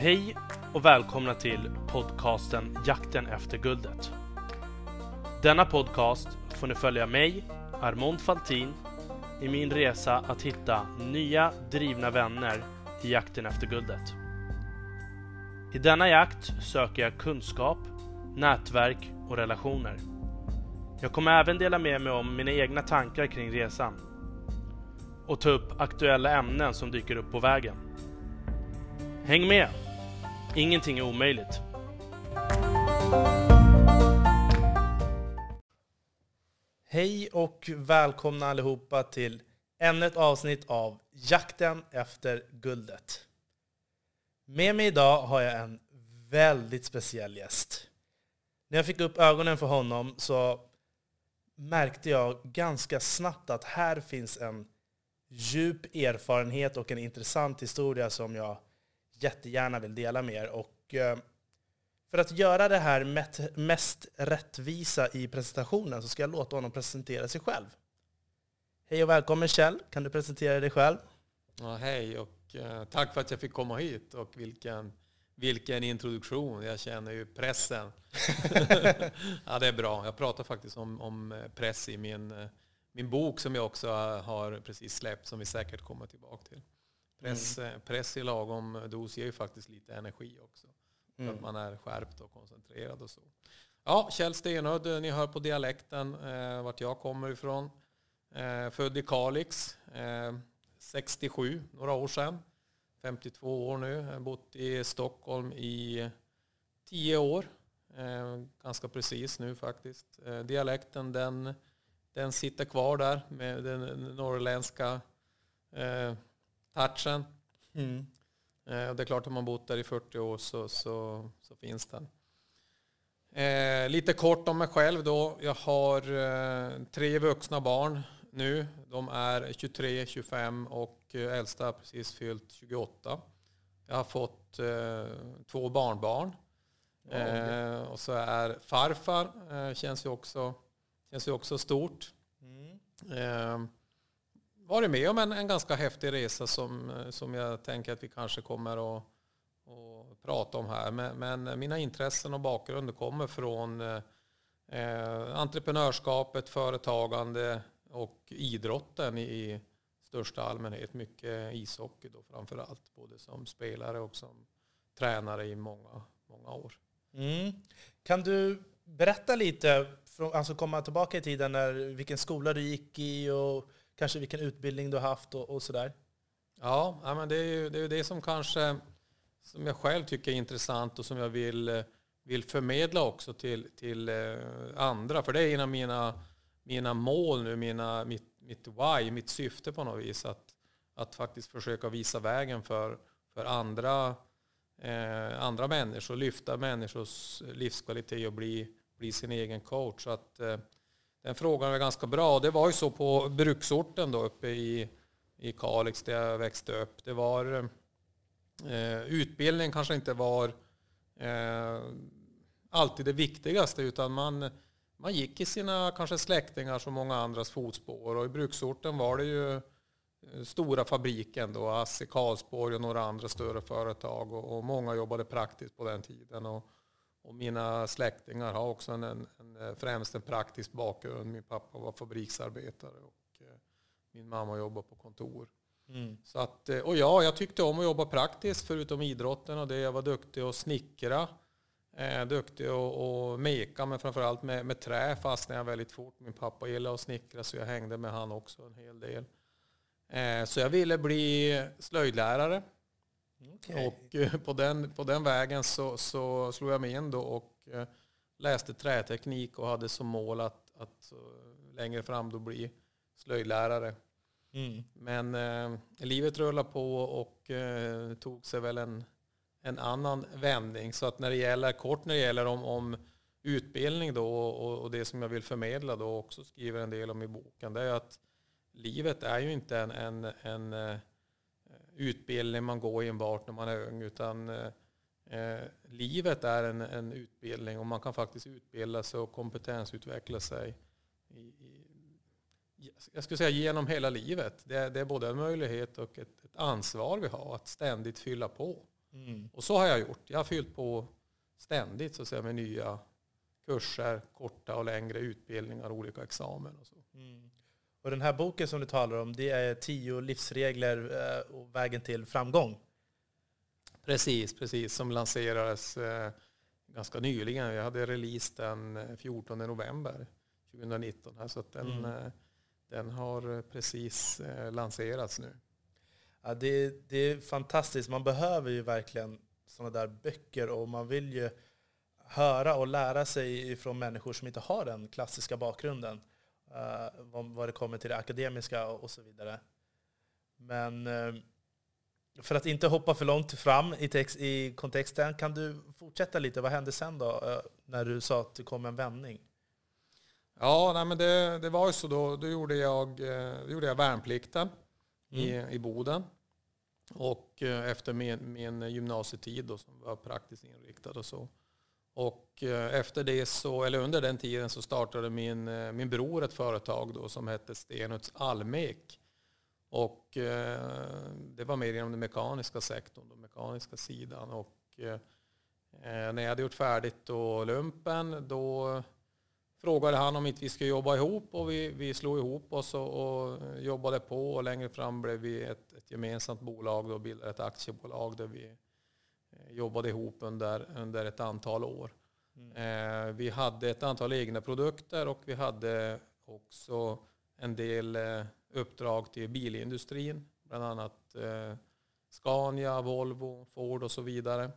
Hej och välkomna till podcasten Jakten efter guldet. Denna podcast får ni följa mig, Armond Faltin, i min resa att hitta nya drivna vänner i jakten efter guldet. I denna jakt söker jag kunskap, nätverk och relationer. Jag kommer även dela med mig om mina egna tankar kring resan och ta upp aktuella ämnen som dyker upp på vägen. Häng med! Ingenting är omöjligt. Hej och välkomna allihopa till ännu ett avsnitt av Jakten efter guldet. Med mig idag har jag en väldigt speciell gäst. När jag fick upp ögonen för honom så märkte jag ganska snabbt att här finns en djup erfarenhet och en intressant historia som jag jättegärna vill dela med er. Och för att göra det här mest rättvisa i presentationen så ska jag låta honom presentera sig själv. Hej och välkommen Kjell, kan du presentera dig själv? Ja, hej och tack för att jag fick komma hit och vilken introduktion. Jag känner ju pressen. Ja, det är bra. Jag pratar faktiskt om press i min bok som jag också har precis släppt, som vi säkert kommer tillbaka till. Press i lagom dos ger ju faktiskt lite energi också. För att man är skärpt och koncentrerad och så. Ja, Kjell Stenöd, ni hör på dialekten vart jag kommer ifrån. Född i Kalix, 67, några år sedan. 52 år nu. Jag har bott i Stockholm i 10 år. Ganska precis nu faktiskt. Dialekten den sitter kvar där med den norrländska touchen. Det är klart att man bott där i 40 år så finns den. Lite kort om mig själv då. Jag har 3 vuxna barn nu. De är 23, 25 och äldsta har precis fyllt 28. Jag har fått 2 barnbarn. Och så är farfar. Känns ju också stort. Varit med om en ganska häftig resa som jag tänker att vi kanske kommer att prata om här. Men mina intressen och bakgrund kommer från entreprenörskapet, företagande och idrotten i största allmänhet. Mycket ishockey då framförallt, både som spelare och som tränare i många år. Kan du berätta lite, alltså komma tillbaka i tiden, vilken skola du gick i och kanske vilken utbildning du har haft och sådär? Ja, men det är ju det som jag själv tycker är intressant och som jag vill förmedla också till andra. För det är en av mina mål nu, mitt why, mitt syfte på något vis. Att faktiskt försöka visa vägen för andra människor, lyfta människors livskvalitet och bli sin egen coach. Så att den frågan är ganska bra. Det var ju så på bruksorten då uppe i Kalix där jag växte upp. Det var utbildning kanske inte var alltid det viktigaste, utan man gick i sina kanske släktingar som många andras fotspår. Och i bruksorten var det ju stora fabriken då, ASSI, Karlsborg och några andra större företag. Och många jobbade praktiskt på den tiden. Och mina släktingar har också främst en praktisk bakgrund. Min pappa var fabriksarbetare och min mamma jobbade på kontor. Så att, och jag tyckte om att jobba praktiskt förutom idrotten och det. Jag var duktig att snickra, duktig att meka, men framförallt med trä fastnade jag väldigt fort. Min pappa gillade att snickra så jag hängde med han också en hel del. Så jag ville bli slöjdlärare. Okay. Och på den vägen så slog jag mig in då och läste träteknik och hade som mål att längre fram då bli slöjdlärare. Men livet rullade på och tog sig väl en annan vändning. Så att när det gäller om utbildning då och det som jag vill förmedla då också skriver en del om i boken, det är att livet är ju inte en utbildning man går enbart när man är ung, utan livet är en utbildning och man kan faktiskt utbilda sig och kompetensutveckla sig jag skulle säga genom hela livet. Det är både en möjlighet och ett ansvar vi har att ständigt fylla på. Och så har jag gjort. Jag har fyllt på ständigt så att säga, med nya kurser, korta och längre utbildningar, olika examen och så. Och den här boken som du talar om, det är 10 livsregler och vägen till framgång. Precis, som lanserades ganska nyligen. Jag hade release den 14 november 2019 här, så att den har precis lanserats nu. Ja, det är fantastiskt. Man behöver ju verkligen sådana där böcker, och man vill ju höra och lära sig från människor som inte har den klassiska bakgrunden. Vad det kommer till det akademiska och så vidare. Men för att inte hoppa för långt fram i kontexten, kan du fortsätta lite? Vad hände sen då när du sa att det kom en vändning? Ja, nej, men det var ju så då gjorde jag värnplikten i Boden. Och efter min gymnasietid då, som var praktiskt inriktad och så. Och efter det eller under den tiden så startade min bror ett företag då som hette Stenuts Almek. Och det var mer inom den mekaniska sektorn, den mekaniska sidan. Och när jag hade gjort färdigt då lumpen, då frågade han om inte vi skulle jobba ihop, och vi slog ihop oss och jobbade på, och längre fram blev vi ett gemensamt bolag och bildade ett aktiebolag där vi jobbade ihop under ett antal år. Vi hade ett antal egna produkter, och vi hade också en del uppdrag till bilindustrin, bland annat Scania, Volvo, Ford och så vidare.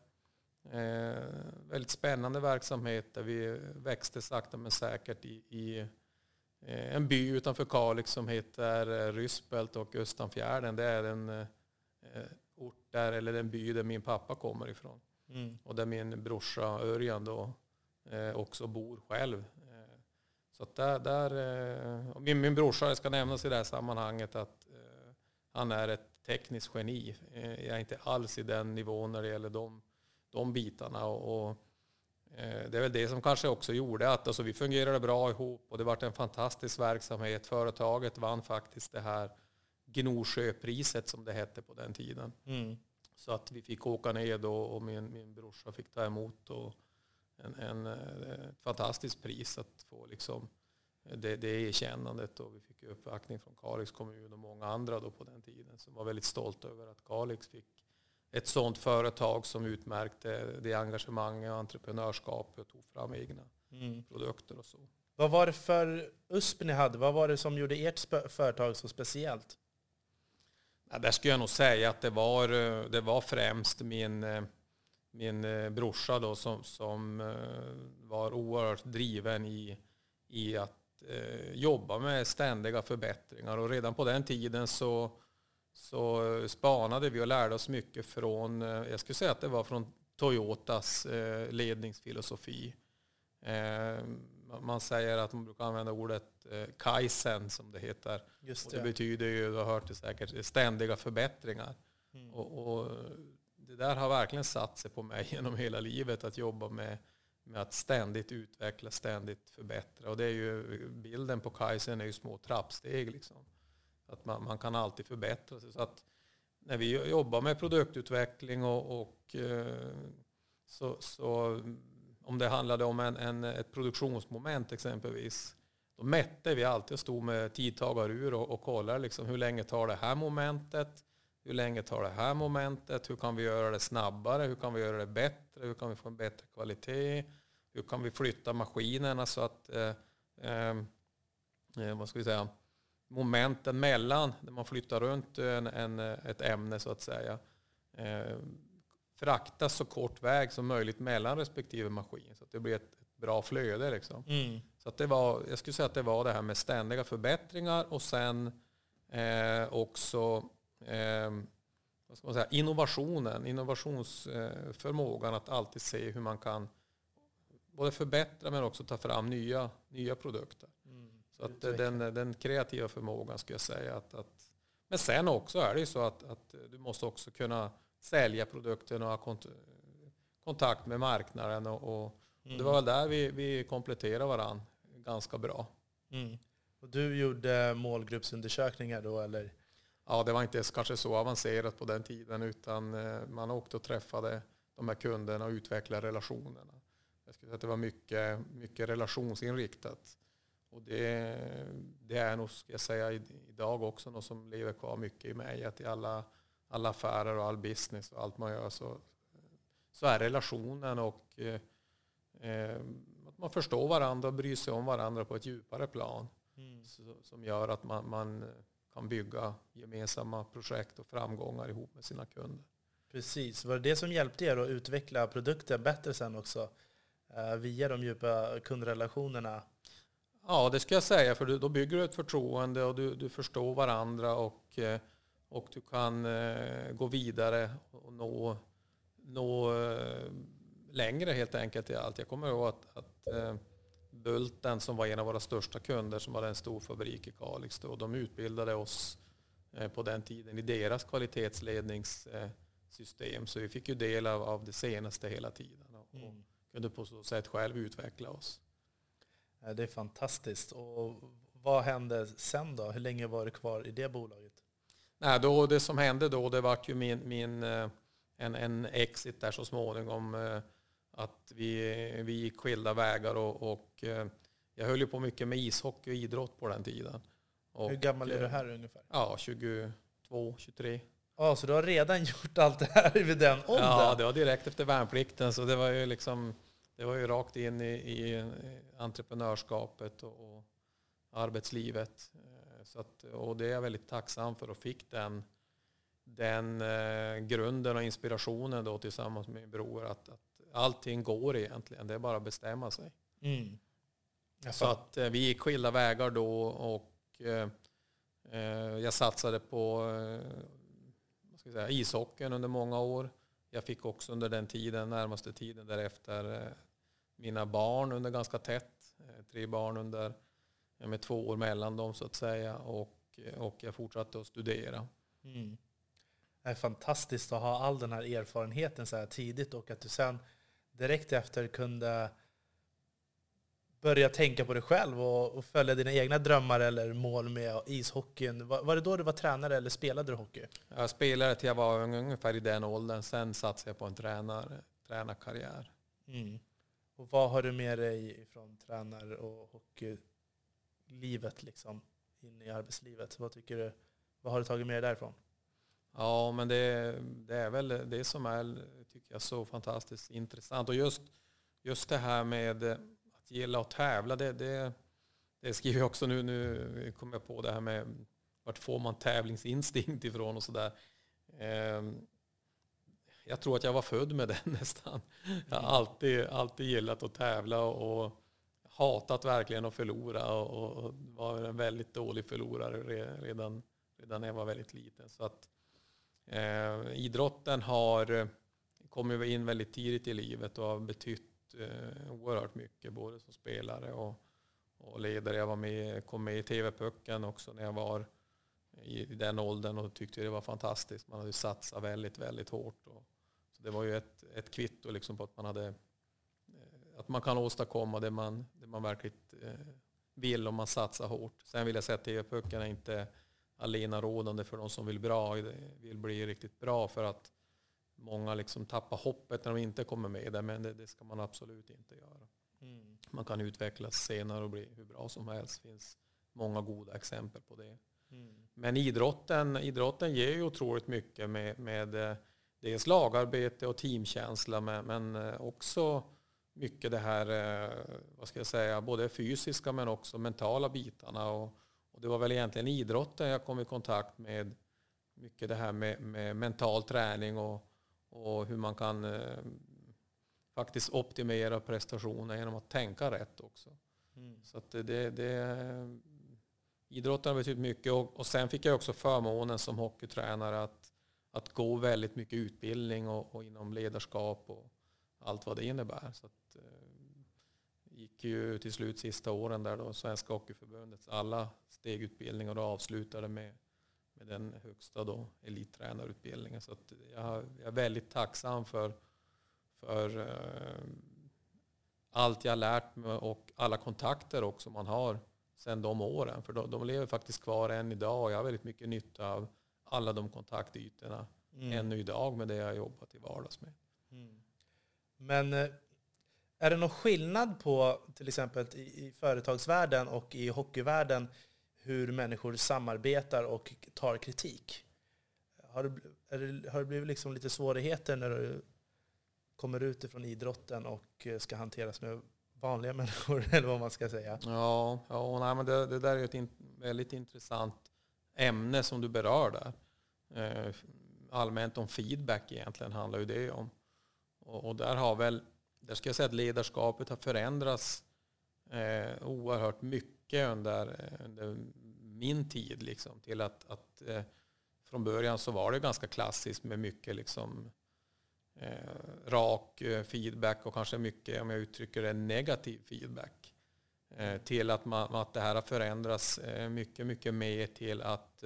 Väldigt spännande verksamhet där vi växte sakta men säkert i en by utanför Kalix som heter Ryspelt och Östanfjärden. Det är en ort där, eller den by där min pappa kommer ifrån. Och där min brorsa Örjan då också bor själv. Så att min brorsa, ska nämnas i det här sammanhanget, att han är ett tekniskt geni. Jag är inte alls i den nivån när det gäller de bitarna, och det är väl det som kanske också gjorde att alltså, vi fungerade bra ihop, och det var en fantastisk verksamhet. Företaget vann faktiskt det här Gnosjöpriset som det hette på den tiden. Så att vi fick åka ner då, och min brorsa fick ta emot och ett fantastiskt pris att få liksom det erkännandet, och vi fick uppvaktning från Kalix kommun och många andra då på den tiden som var väldigt stolta över att Kalix fick ett sådant företag som utmärkte det engagemang och entreprenörskap och tog fram egna produkter och så. Vad var det för USP ni hade? Vad var det som gjorde ert företag så speciellt? Ja, där skulle jag nog säga att det var främst min brorsa då som var oerhört driven i att jobba med ständiga förbättringar. Och redan på den tiden så spanade vi och lärde oss mycket från, jag skulle säga att det var från Toyotas ledningsfilosofi. Man säger att man brukar använda ordet kaizen som det heter. Just det. Och det betyder ju, du har hört det säkert, ständiga förbättringar. Och det där har verkligen satt sig på mig genom hela livet, att jobba med att ständigt utveckla, ständigt förbättra. Och det är ju, bilden på kaizen är ju små trappsteg liksom. Att man kan alltid förbättra sig. Så att när vi jobbar med produktutveckling så om det handlade om ett produktionsmoment exempelvis, då mätte vi alltid och stod med tidtagarur och kollade liksom, hur länge tar det här momentet, hur länge tar det här momentet, hur kan vi göra det snabbare, hur kan vi göra det bättre, hur kan vi få en bättre kvalitet, hur kan vi flytta maskinerna så att vad ska vi säga, momenten mellan när man flyttar runt ett ämne så att säga fraktas så kort väg som möjligt mellan respektive maskin så att det blir ett bra flöde liksom. Så att jag skulle säga att det var det här med ständiga förbättringar och sen också vad ska man säga, innovationsförmågan att alltid se hur man kan både förbättra men också ta fram nya produkter. Så att den kreativa förmågan skulle jag säga men sen också är det ju så att du måste också kunna sälja produkten och ha kontakt med marknaden och det var väl där vi kompletterar varann ganska bra. Och du gjorde målgruppsundersökningar då eller? Ja, det var inte kanske så avancerat på den tiden, utan man åkte och träffade de här kunderna och utvecklade relationerna. Jag skulle säga att det var mycket relationsinriktat. Och det är nog, ska jag säga, idag också något som lever kvar mycket i mig. Att i alla affärer och all business och allt man gör så är relationen och att man förstår varandra och bryr sig om varandra på ett djupare plan. Som gör att man kan bygga gemensamma projekt och framgångar ihop med sina kunder. Precis. Var det som hjälpte er att utveckla produkten bättre sen också? Via de djupa kundrelationerna? Ja, det ska jag säga. För då bygger du ett förtroende och du förstår varandra och du kan gå vidare och nå längre helt enkelt i allt. Jag kommer ihåg att Bulten, som var en av våra största kunder, som hade en stor fabrik i Kalix, och de utbildade oss på den tiden i deras kvalitetsledningssystem. Så vi fick ju del av det senaste hela tiden och kunde på så sätt själv utveckla oss. Det är fantastiskt. Och vad hände sen då? Hur länge var det kvar i det bolaget? Nej, det som hände då, det var ju en exit där så småningom. Att vi gick skilda vägar och jag höll ju på mycket med ishockey och idrott på den tiden. Och, hur gammal är du här ungefär? Ja, 22, 23. Ja, så du har redan gjort allt det här vid den åldern? Ja, det var direkt efter värnplikten, så det var ju rakt in i entreprenörskapet och arbetslivet. Och det är jag väldigt tacksam för, och fick den grunden och inspirationen då tillsammans med min bror att allting går egentligen, det är bara att bestämma sig. Så att vi gick skilda vägar då, och jag satsade på ishockeyn under många år. Jag fick också under den tiden, närmaste tiden därefter, mina barn under ganska tätt. 3 barn med 2 år mellan dem så att säga, och jag fortsatte att studera. Det är fantastiskt att ha all den här erfarenheten så här tidigt, och att du sen direkt efter kunde börja tänka på dig själv och följa dina egna drömmar eller mål med ishockeyn. Var det då du var tränare eller spelade du hockey? Jag spelade till jag var ungefär i den åldern. Sen satsade jag på en tränarkarriär. Och vad har du med dig från tränar- och hockeylivet liksom, in i arbetslivet? Vad tycker du? Vad har du tagit med dig därifrån? Ja, men det är väl det som är, tycker jag, så fantastiskt intressant. Och just det här med att gilla att tävla, det skriver jag också nu kommer jag på det här med vart får man tävlingsinstinkt ifrån och sådär. Jag tror att jag var född med den nästan. Jag har alltid gillat att tävla och hatat verkligen att förlora och var en väldigt dålig förlorare redan när jag var väldigt liten. Så att idrotten har kommit in väldigt tidigt i livet och har betytt oerhört mycket, både som spelare och ledare. Jag kom med i TV-pucken också när jag var i den åldern och tyckte det var fantastiskt. Man hade satsat väldigt, väldigt hårt. Så det var ju ett kvitto liksom på att man kan åstadkomma det man verkligen vill om man satsar hårt. Sen vill jag säga att TV-pucken är inte allena rådande för de som vill bli riktigt bra, för att många liksom tappar hoppet när de inte kommer med där, men det ska man absolut inte göra. Man kan utvecklas senare och bli hur bra som helst. Det finns många goda exempel på det. Men idrotten ger ju otroligt mycket med dels lagarbete och teamkänsla, men också mycket det här, vad ska jag säga, både fysiska men också mentala bitarna. Och det var väl egentligen idrotten jag kom i kontakt med mycket det här med mental träning och hur man kan faktiskt optimera prestationer genom att tänka rätt också. Så att idrotten har betytt mycket, och sen fick jag också förmånen som hockeytränare att gå väldigt mycket utbildning och inom ledarskap och allt vad det innebär. Så att gick ju till slut sista åren där då Svenska Hockeyförbundets alla stegutbildningar och avslutade med den högsta då elittränarutbildningen. Så att jag är väldigt tacksam för allt jag lärt mig och alla kontakter också man har sedan de åren. För de lever faktiskt kvar än idag, och jag har väldigt mycket nytta av alla de kontaktytorna ännu idag med det jag jobbar till vardags med. Men är det någon skillnad på till exempel i företagsvärlden och i hockeyvärlden hur människor samarbetar och tar kritik? Har det blivit liksom lite svårigheter när du kommer ut ifrån idrotten och ska hanteras med vanliga människor, eller vad man ska säga? Nej, men det där är ett väldigt intressant ämne som du berör där. Allmänt om feedback egentligen handlar ju det om. Och där ska jag säga att ledarskapet har förändrats oerhört mycket under min tid. Liksom, till att från början så var det ganska klassiskt med mycket liksom, rak feedback och kanske mycket, om jag uttrycker det, negativ feedback. Till att det här har förändrats mycket, mycket mer till att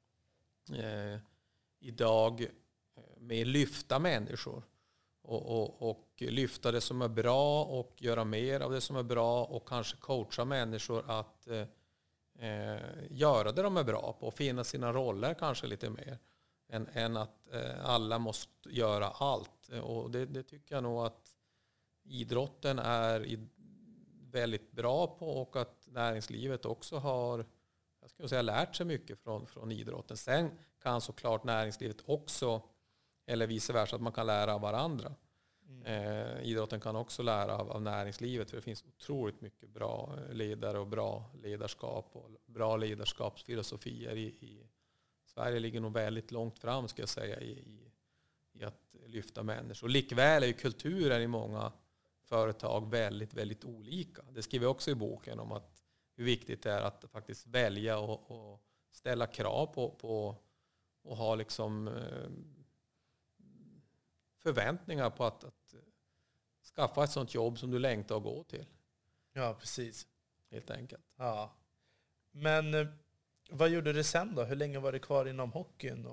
idag mer lyfta människor. Och lyfta det som är bra och göra mer av det som är bra och kanske coacha människor att göra det de är bra på och finna sina roller kanske lite mer än att alla måste göra allt. Och det tycker jag nog att idrotten är väldigt bra på och att näringslivet också har, jag skulle säga, lärt sig mycket från idrotten. Sen kan såklart näringslivet också, eller vice versa, att man kan lära av varandra. Idrotten kan också lära av näringslivet, för det finns otroligt mycket bra ledare och bra ledarskap och bra ledarskapsfilosofier i Sverige ligger nog väldigt långt fram, ska jag säga, i att lyfta människor. Likväl är ju kulturen i många företag väldigt, väldigt olika. Det skriver jag också i boken om att hur viktigt det är att faktiskt välja och ställa krav på och ha liksom förväntningar på att skaffa ett sånt jobb som du längtar att gå till. Ja, precis. Helt enkelt. Ja. Men vad gjorde du sen då? Hur länge var du kvar inom hockeyn?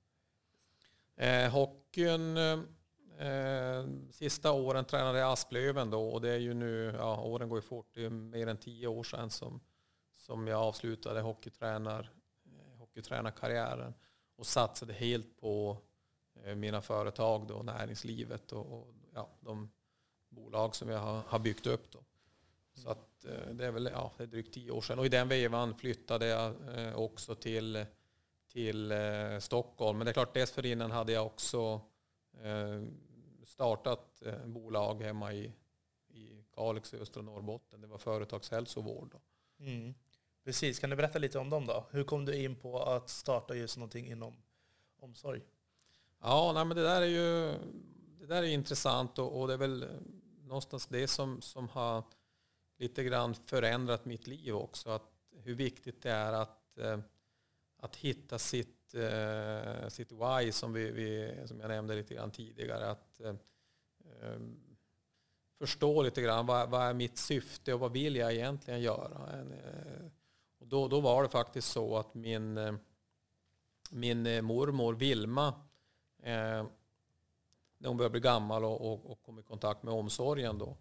Hockeyn, sista åren tränade jag Asplöven då, och det är ju nu, åren går ju fort, det är mer än 10 år sedan som jag avslutade hockeytränarkarriären och satsade helt på mina företag då, näringslivet och de bolag som jag har byggt upp då. Så att det är väl det är drygt 10 år sedan. Och i den vevan flyttade jag också till Stockholm. Men det är klart, dessförinnan hade jag också startat bolag hemma i Kalix i östra Norrbotten. Det var företagshälsovård då. Precis, kan du berätta lite om dem då? Hur kom du in på att starta just någonting inom omsorg? Ja, men det där är intressant och det är väl någonstans det som har lite grann förändrat mitt liv också. Att hur viktigt det är att hitta sitt why, som jag nämnde lite grann tidigare. Att förstå lite grann vad är mitt syfte och vad vill jag egentligen göra. Och då var det faktiskt så att min mormor Vilma, när hon började bli gammal och kom i kontakt med omsorgen då,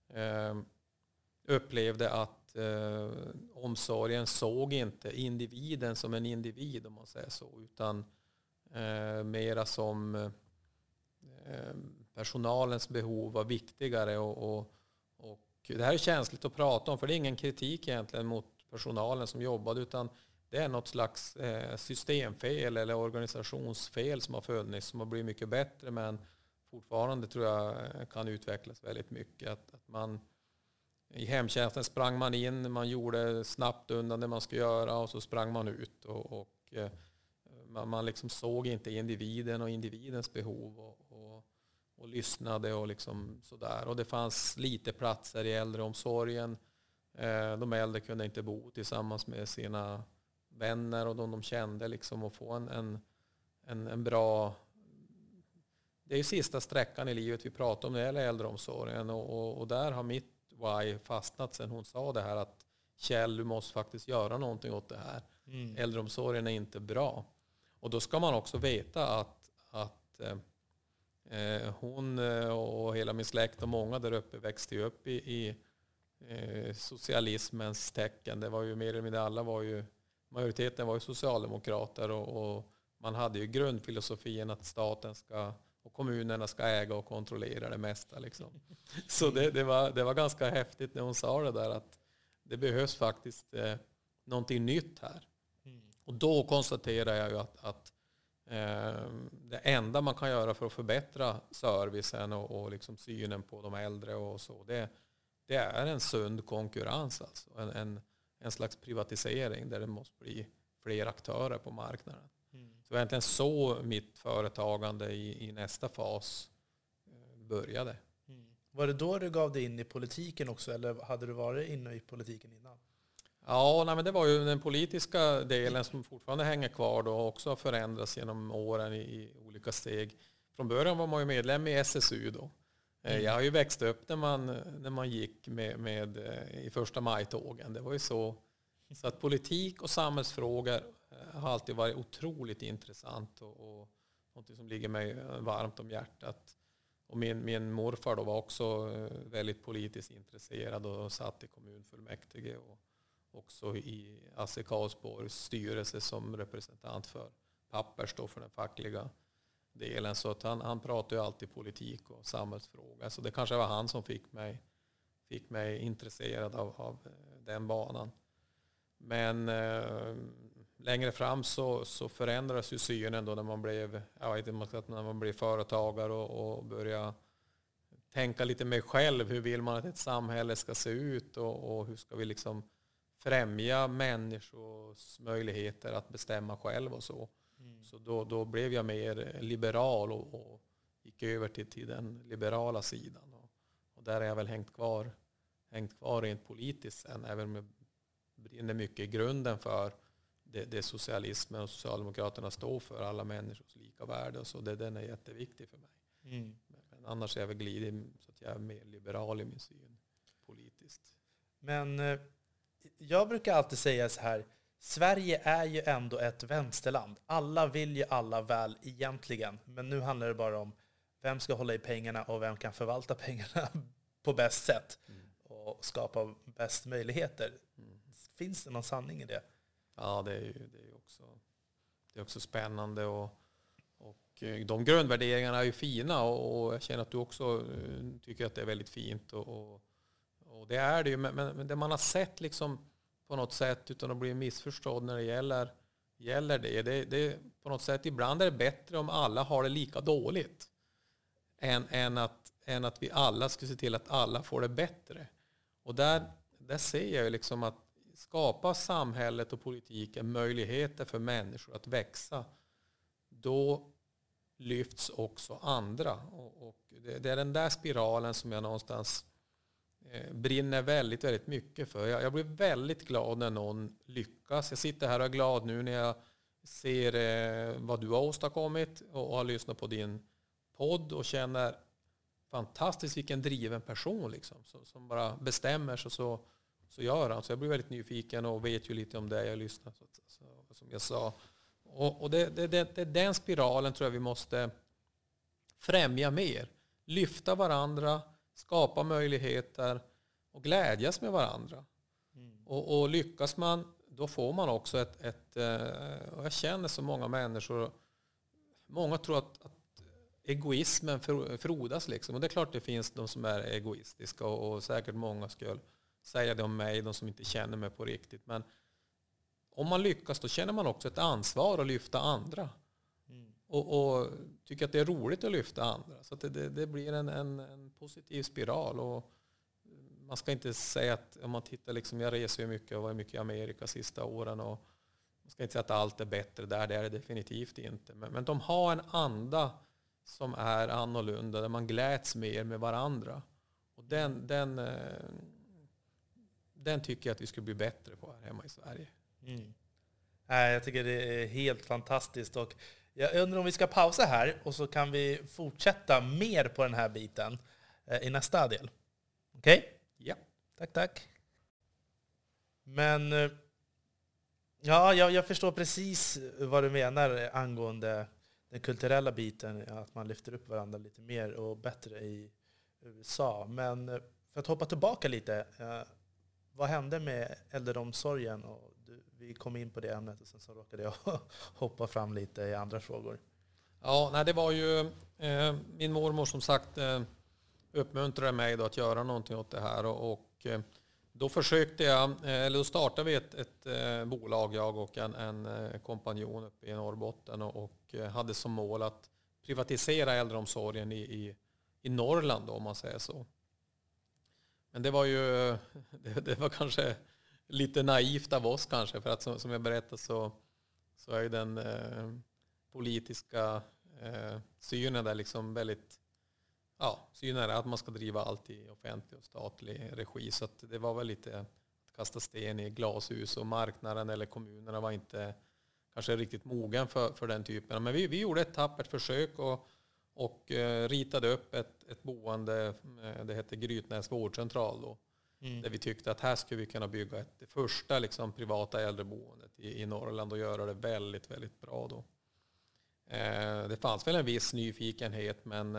upplevde att omsorgen såg inte individen som en individ, om man säger så, utan mera som personalens behov var viktigare. Och det här är känsligt att prata om, för det är ingen kritik egentligen mot personalen som jobbade, utan det är något slags systemfel eller organisationsfel som har funnits, som har blivit mycket bättre, men fortfarande tror jag kan utvecklas väldigt mycket. Att man i hemtjänsten sprang man in, man gjorde snabbt undan det man skulle göra och så sprang man ut. Och man liksom såg inte individen och individens behov och lyssnade och liksom sådär. Och det fanns lite platser i äldreomsorgen. De äldre kunde inte bo tillsammans med sina vänner och de kände liksom, och få en bra... Det är ju sista sträckan i livet vi pratar om när det gäller äldreomsorgen, och där har mitt why fastnat sen hon sa det här att Kjell, du måste faktiskt göra någonting åt det här. Äldreomsorgen är inte bra. Och då ska man också veta att hon och hela min släkt och många där uppe växte upp i socialismens tecken. Det var ju mer eller mindre alla majoriteten var ju socialdemokrater och man hade ju grundfilosofin att staten och kommunerna ska äga och kontrollera det mesta. Liksom. Så det var ganska häftigt när hon sa det där, att det behövs faktiskt någonting nytt här. Och då konstaterar jag ju att det enda man kan göra för att förbättra servicen och liksom synen på de äldre och så, det är en sund konkurrens, alltså. En slags privatisering där det måste bli fler aktörer på marknaden. Så egentligen så mitt företagande i nästa fas började. Var det då du gav dig in i politiken också, eller hade du varit inne i politiken innan? Ja, men det var ju den politiska delen som fortfarande hänger kvar då och också har förändrats genom åren i olika steg. Från början var man ju medlem i SSU då. Jag har ju växt upp när man gick med i första maj-tågen. Det var ju så att politik och samhällsfrågor har alltid varit otroligt intressant och något som ligger mig varmt om hjärtat. Och min morfar då var också väldigt politiskt intresserad och satt i kommunfullmäktige och också i Assi Karlsborgs styrelse som representant för Pappers då, för den fackliga delen. Så att han pratar ju alltid politik och samhällsfrågor. Så det kanske var han som fick mig intresserad av den banan. Men längre fram så förändrades ju synen då när man blev företagare och började tänka lite mer själv. Hur vill man att ett samhälle ska se ut och hur ska vi liksom främja människors möjligheter att bestämma själv och så. Så då blev jag mer liberal och gick över till den liberala sidan. Och där har jag väl hängt kvar rent politiskt sen, även om jag brinner mycket i grunden för det socialismen och Socialdemokraterna står för, alla människors lika värde och så. Den är jätteviktig för mig. Men annars är jag väl glidig så att jag är mer liberal i min syn politiskt. Men jag brukar alltid säga så här, Sverige är ju ändå ett vänsterland. Alla vill ju alla väl egentligen. Men nu handlar det bara om vem ska hålla i pengarna och vem kan förvalta pengarna på bäst sätt. Och skapa bäst möjligheter. Finns det någon sanning i det? Ja, det är också spännande. Och de grundvärderingarna är ju fina. Och jag känner att du också tycker att det är väldigt fint. Och det är det ju. Men det man har sett liksom på något sätt, utan att bli missförstådd när det gäller det på något sätt, ibland är det bättre om alla har det lika dåligt än att vi alla ska se till att alla får det bättre. Och där ser jag ju liksom att skapa samhället och politiken möjligheter för människor att växa, då lyfts också andra. Och det är den där spiralen som jag någonstans brinner väldigt, väldigt mycket för. Jag blir väldigt glad när någon lyckas. Jag sitter här och är glad nu när jag ser vad du har åstadkommit och har lyssnat på din podd och känner fantastiskt vilken driven person liksom, som bara bestämmer sig så gör han. Så jag blir väldigt nyfiken och vet ju lite om det jag lyssnar som jag sa. Och det den spiralen tror jag vi måste främja mer. Lyfta varandra, skapa möjligheter och glädjas med varandra. Och lyckas man, då får man också och jag känner så många människor, många tror att egoismen frodas liksom. Och det är klart det finns de som är egoistiska och säkert många skulle säga det om mig, de som inte känner mig på riktigt. Men om man lyckas, då känner man också ett ansvar att lyfta andra. Och tycker att det är roligt att lyfta andra. Så att det blir en positiv spiral. Och man ska inte säga att, om man tittar liksom, jag reser ju mycket och var mycket i Amerika sista åren, och man ska inte säga att allt är bättre där, det är det definitivt inte. Men de har en anda som är annorlunda, där man gläds mer med varandra. Och den tycker jag att vi skulle bli bättre på här hemma i Sverige. Jag tycker det är helt fantastiskt. Och jag undrar om vi ska pausa här och så kan vi fortsätta mer på den här biten i nästa del. Okej? Ja. Tack. Men ja, jag förstår precis vad du menar angående den kulturella biten, att man lyfter upp varandra lite mer och bättre i USA. Men för att hoppa tillbaka lite, vad hände med äldreomsorgen och vi kom in på det ämnet och sen så råkade jag hoppa fram lite i andra frågor. Ja, nej, det var ju min mormor som sagt uppmuntrade mig då att göra någonting åt det här och då försökte jag, eller då startade vi ett bolag, jag och en kompanjon uppe i Norrbotten och hade som mål att privatisera äldreomsorgen i Norrland då, om man säger så. Men det var ju det var kanske lite naivt av oss kanske, för att som jag berättade så är ju den politiska synen där liksom väldigt, synen är att man ska driva allt i offentlig och statlig regi, så att det var väl lite att kasta sten i glashus, och marknaden eller kommunerna var inte kanske riktigt mogen för den typen. Men vi gjorde ett tappert försök och ritade upp ett boende, det hette Grytnäs vårdcentral då. Där vi tyckte att här skulle vi kunna bygga det första liksom privata äldreboendet i Norrland och göra det väldigt, väldigt bra då. Det fanns väl en viss nyfikenhet, men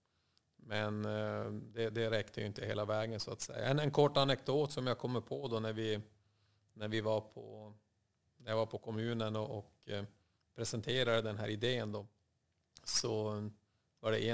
det räckte ju inte hela vägen så att säga. En kort anekdot som jag kommer på då när jag var på kommunen och presenterade den här idén då, så var det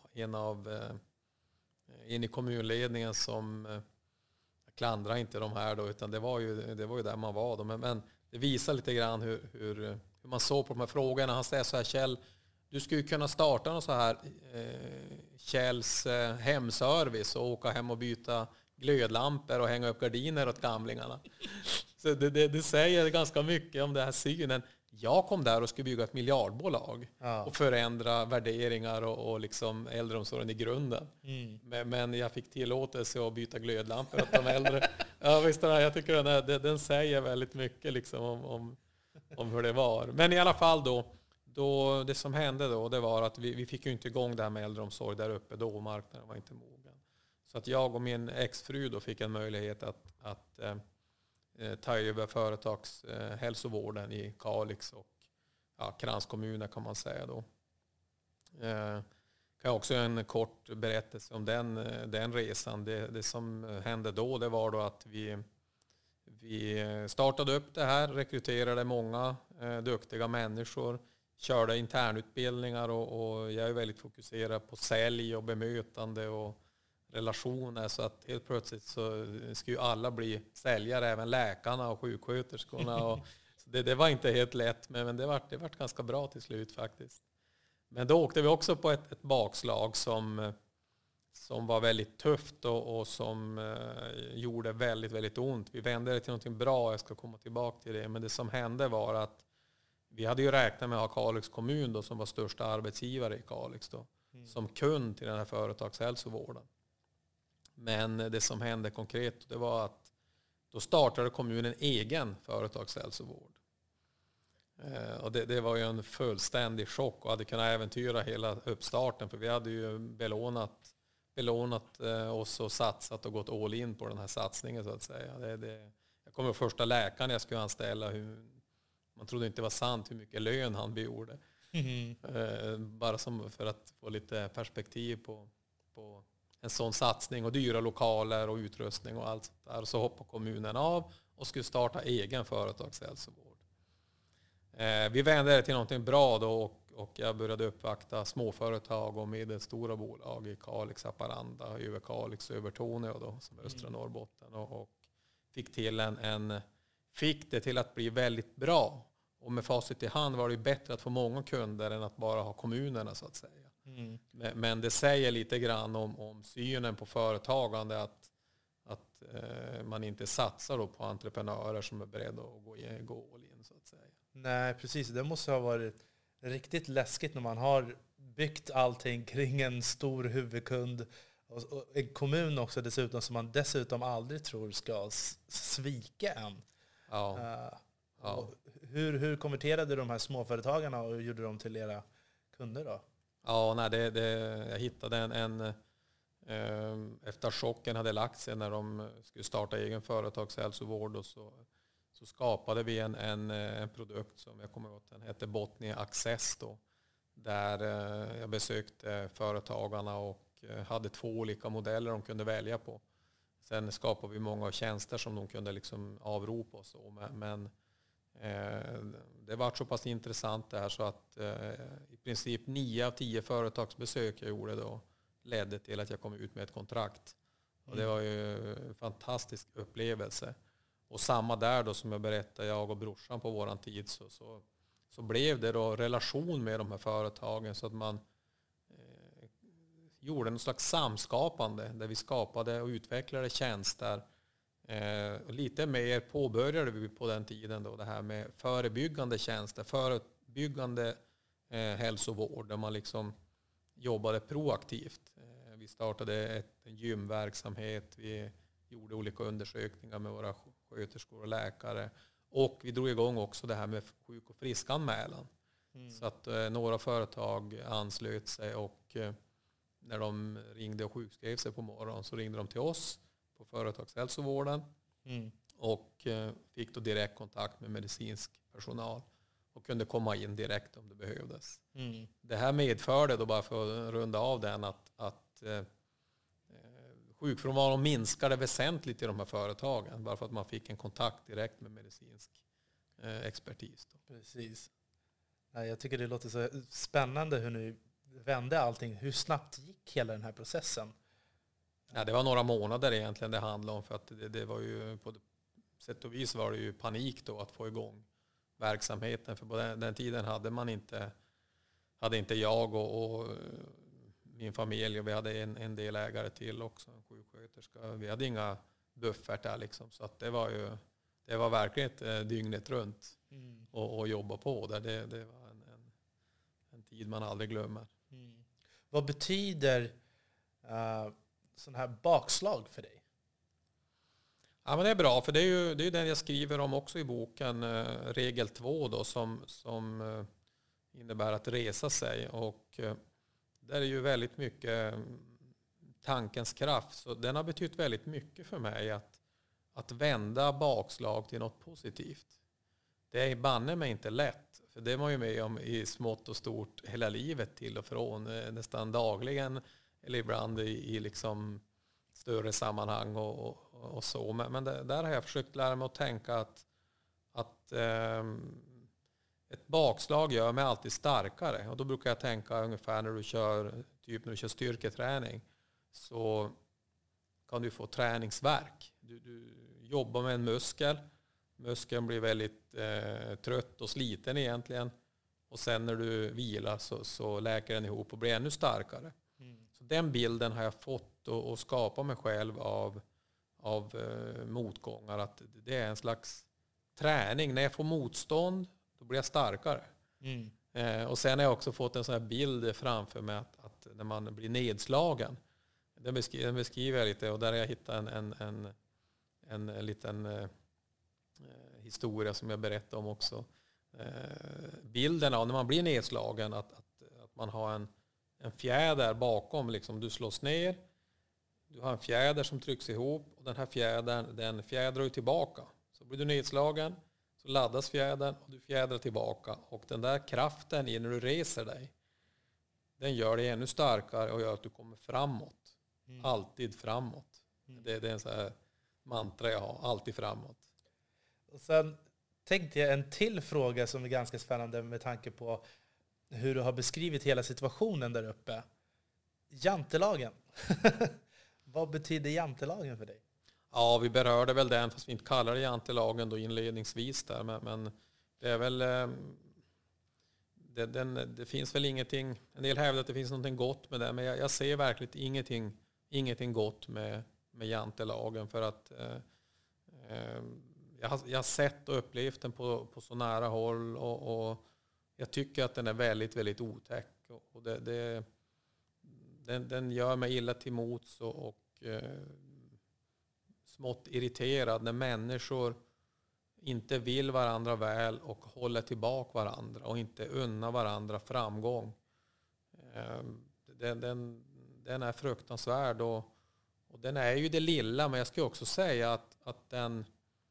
en i kommunledningen som, jag klandrar inte de här då, utan det var ju där man var då, men det visar lite grann hur man såg på de här frågorna. Han säger så här: Kjell, du skulle ju kunna starta någon så här Kjells hemservice och åka hem och byta glödlampor och hänga upp gardiner åt gamlingarna. Så det säger ganska mycket om den här synen. Jag kom där och skulle bygga ett miljardbolag och förändra värderingar och liksom äldreomsorgen i grunden. Men jag fick tillåtelse att byta glödlampor åt de äldre. Ja, visst, jag tycker den säger väldigt mycket liksom om hur det var. Men i alla fall då det som hände då, det var att vi fick ju inte igång det här med äldreomsorg där uppe då, marknaden var inte mogen. Så att jag och min exfru då fick en möjlighet att ta över företagshälsovården i Kalix och kranskommuner kan man säga då. Kan jag också en kort berättelse om den resan. Det som hände då, det var då att vi startade upp det här, rekryterade många duktiga människor, körde internutbildningar och jag är väldigt fokuserad på sälj och bemötande och relationer, så att helt plötsligt så skulle ju alla bli säljare, även läkarna och sjuksköterskorna. Och så det var inte helt lätt, men det vart ganska bra till slut faktiskt. Men då åkte vi också på ett bakslag som var väldigt tufft och som gjorde väldigt, väldigt ont. Vi vände det till någonting bra, jag ska komma tillbaka till det. Men det som hände var att vi hade ju räknat med att ha Kalix kommun då, som var största arbetsgivare i Kalix då, som kund till den här företagshälsovården. Men det som hände konkret, det var att då startade kommunen egen företagshälsovård. Och det var ju en fullständig chock och hade kunnat äventyra hela uppstarten, för vi hade ju belånat oss och satsat och gått all in på den här satsningen så att säga. Jag kommer ihåg första läkaren jag skulle anställa, man trodde inte det var sant hur mycket lön han begjorde. Bara för att få lite perspektiv på en sån satsning och dyra lokaler och utrustning och allt sånt där. Och så hoppade kommunen av och skulle starta egen företagshälsovård. Vi vände det till någonting bra då och jag började uppvakta småföretag och medelstora bolag i Kalix, Haparanda, över Kalix och över Torneå då, som är östra Norrbotten, och fick det till att bli väldigt bra. Och med facit i hand var det bättre att få många kunder än att bara ha kommunerna så att säga. Men det säger lite grann om synen på företagande, att man inte satsar då på entreprenörer som är beredda att gå all in så att säga. Nej, precis. Det måste ha varit riktigt läskigt när man har byggt allting kring en stor huvudkund och en kommun också dessutom, som man dessutom aldrig tror ska svika en. Hur konverterade de här småföretagarna och gjorde de till era kunder då? Jag hittade efter chocken hade lagt sig när de skulle starta egen företagshälsovård, och så skapade vi en produkt som jag kommer ihåg, den hette Botnia Access då, där jag besökte företagarna och hade 2 olika modeller de kunde välja på. Sen skapade vi många tjänster som de kunde liksom avropa och så, men Det var så pass intressant det här så att i princip 9 av 10 företagsbesök jag gjorde då ledde till att jag kom ut med ett kontrakt. Och det var ju en fantastisk upplevelse. Och samma där då som jag berättade, jag och brorsan på våran tid, så blev det då relation med de här företagen så att man gjorde en slags samskapande där vi skapade och utvecklade tjänster. Lite mer påbörjade vi på den tiden då det här med förebyggande tjänster, förebyggande hälsovård där man liksom jobbade proaktivt. Vi startade en gymverksamhet, vi gjorde olika undersökningar med våra sköterskor och läkare och vi drog igång också det här med sjuk- och friskanmälan. Så att några företag anslöt sig och när de ringde och sjukskrev sig på morgonen så ringde de till oss på företagshälsovården och fick då direkt kontakt med medicinsk personal och kunde komma in direkt om det behövdes. Det här medförde då, bara för att runda av den, att sjukfrånvaron minskade väsentligt i de här företagen bara för att man fick en kontakt direkt med medicinsk expertis. Då. Precis. Jag tycker det låter så spännande hur ni vände allting. Hur snabbt gick hela den här processen? Ja, det var några månader egentligen det handlade om för att det var ju på sätt och vis var det ju panik då att få igång verksamheten. För på den tiden hade inte jag och min familj och vi hade en del ägare till också, en sjuksköterska. Vi hade inga buffert där liksom. Så att det var verkligen dygnet runt och jobba på där. Det var en tid man aldrig glömmer. Vad betyder sån här bakslag för dig? Ja, men det är bra, för det är ju den jag skriver om också i boken, regel 2 då, som innebär att resa sig. Och där är ju väldigt mycket tankens kraft. Så den har betytt väldigt mycket för mig att vända bakslag till något positivt. Det är banne mig inte lätt. För det är man ju med om i smått och stort hela livet till och från. Nästan dagligen eller ibland i liksom större sammanhang och så. Men där har jag försökt lära mig att tänka att ett bakslag gör mig alltid starkare. Och då brukar jag tänka ungefär när du kör styrketräning så kan du få träningsvärk. Du jobbar med en muskel. Muskeln blir väldigt trött och sliten egentligen. Och sen när du vilar så läker den ihop och blir ännu starkare. Så den bilden har jag fått och skapa mig själv av motgångar. Att det är en slags träning. När jag får motstånd då blir jag starkare. Och sen har jag också fått en sån här bild framför mig att när man blir nedslagen. Den beskriver jag lite och där har jag hittat en liten historia som jag berättar om också. Bilden av när man blir nedslagen att man har en fjäder bakom, liksom du slås ner, du har en fjäder som trycks ihop och den här fjädern, den fjädrar ju tillbaka. Så blir du nedslagen så laddas fjädern och du fjädrar tillbaka och den där kraften när du reser dig, den gör dig ännu starkare och gör att du kommer framåt. Alltid framåt. Det är en sån här mantra jag har, alltid framåt. Och sen tänkte jag en till fråga som är ganska spännande med tanke på hur du har beskrivit hela situationen där uppe. Jantelagen. Vad betyder jantelagen för dig? Ja, vi berörde väl den fast vi inte kallar det jantelagen då inledningsvis där. Men det är väl... Det finns väl ingenting... En del hävdar att det finns någonting gott med det. Men jag ser verkligen ingenting gott med jantelagen. För att jag har sett och upplevt den på så nära håll. Och jag tycker att den är väldigt, väldigt otäck. Och den gör mig illa till mots och smått irriterad när människor inte vill varandra väl och håller tillbaka varandra och inte unnar varandra framgång. Den är fruktansvärd och den är ju det lilla, men jag ska också säga att den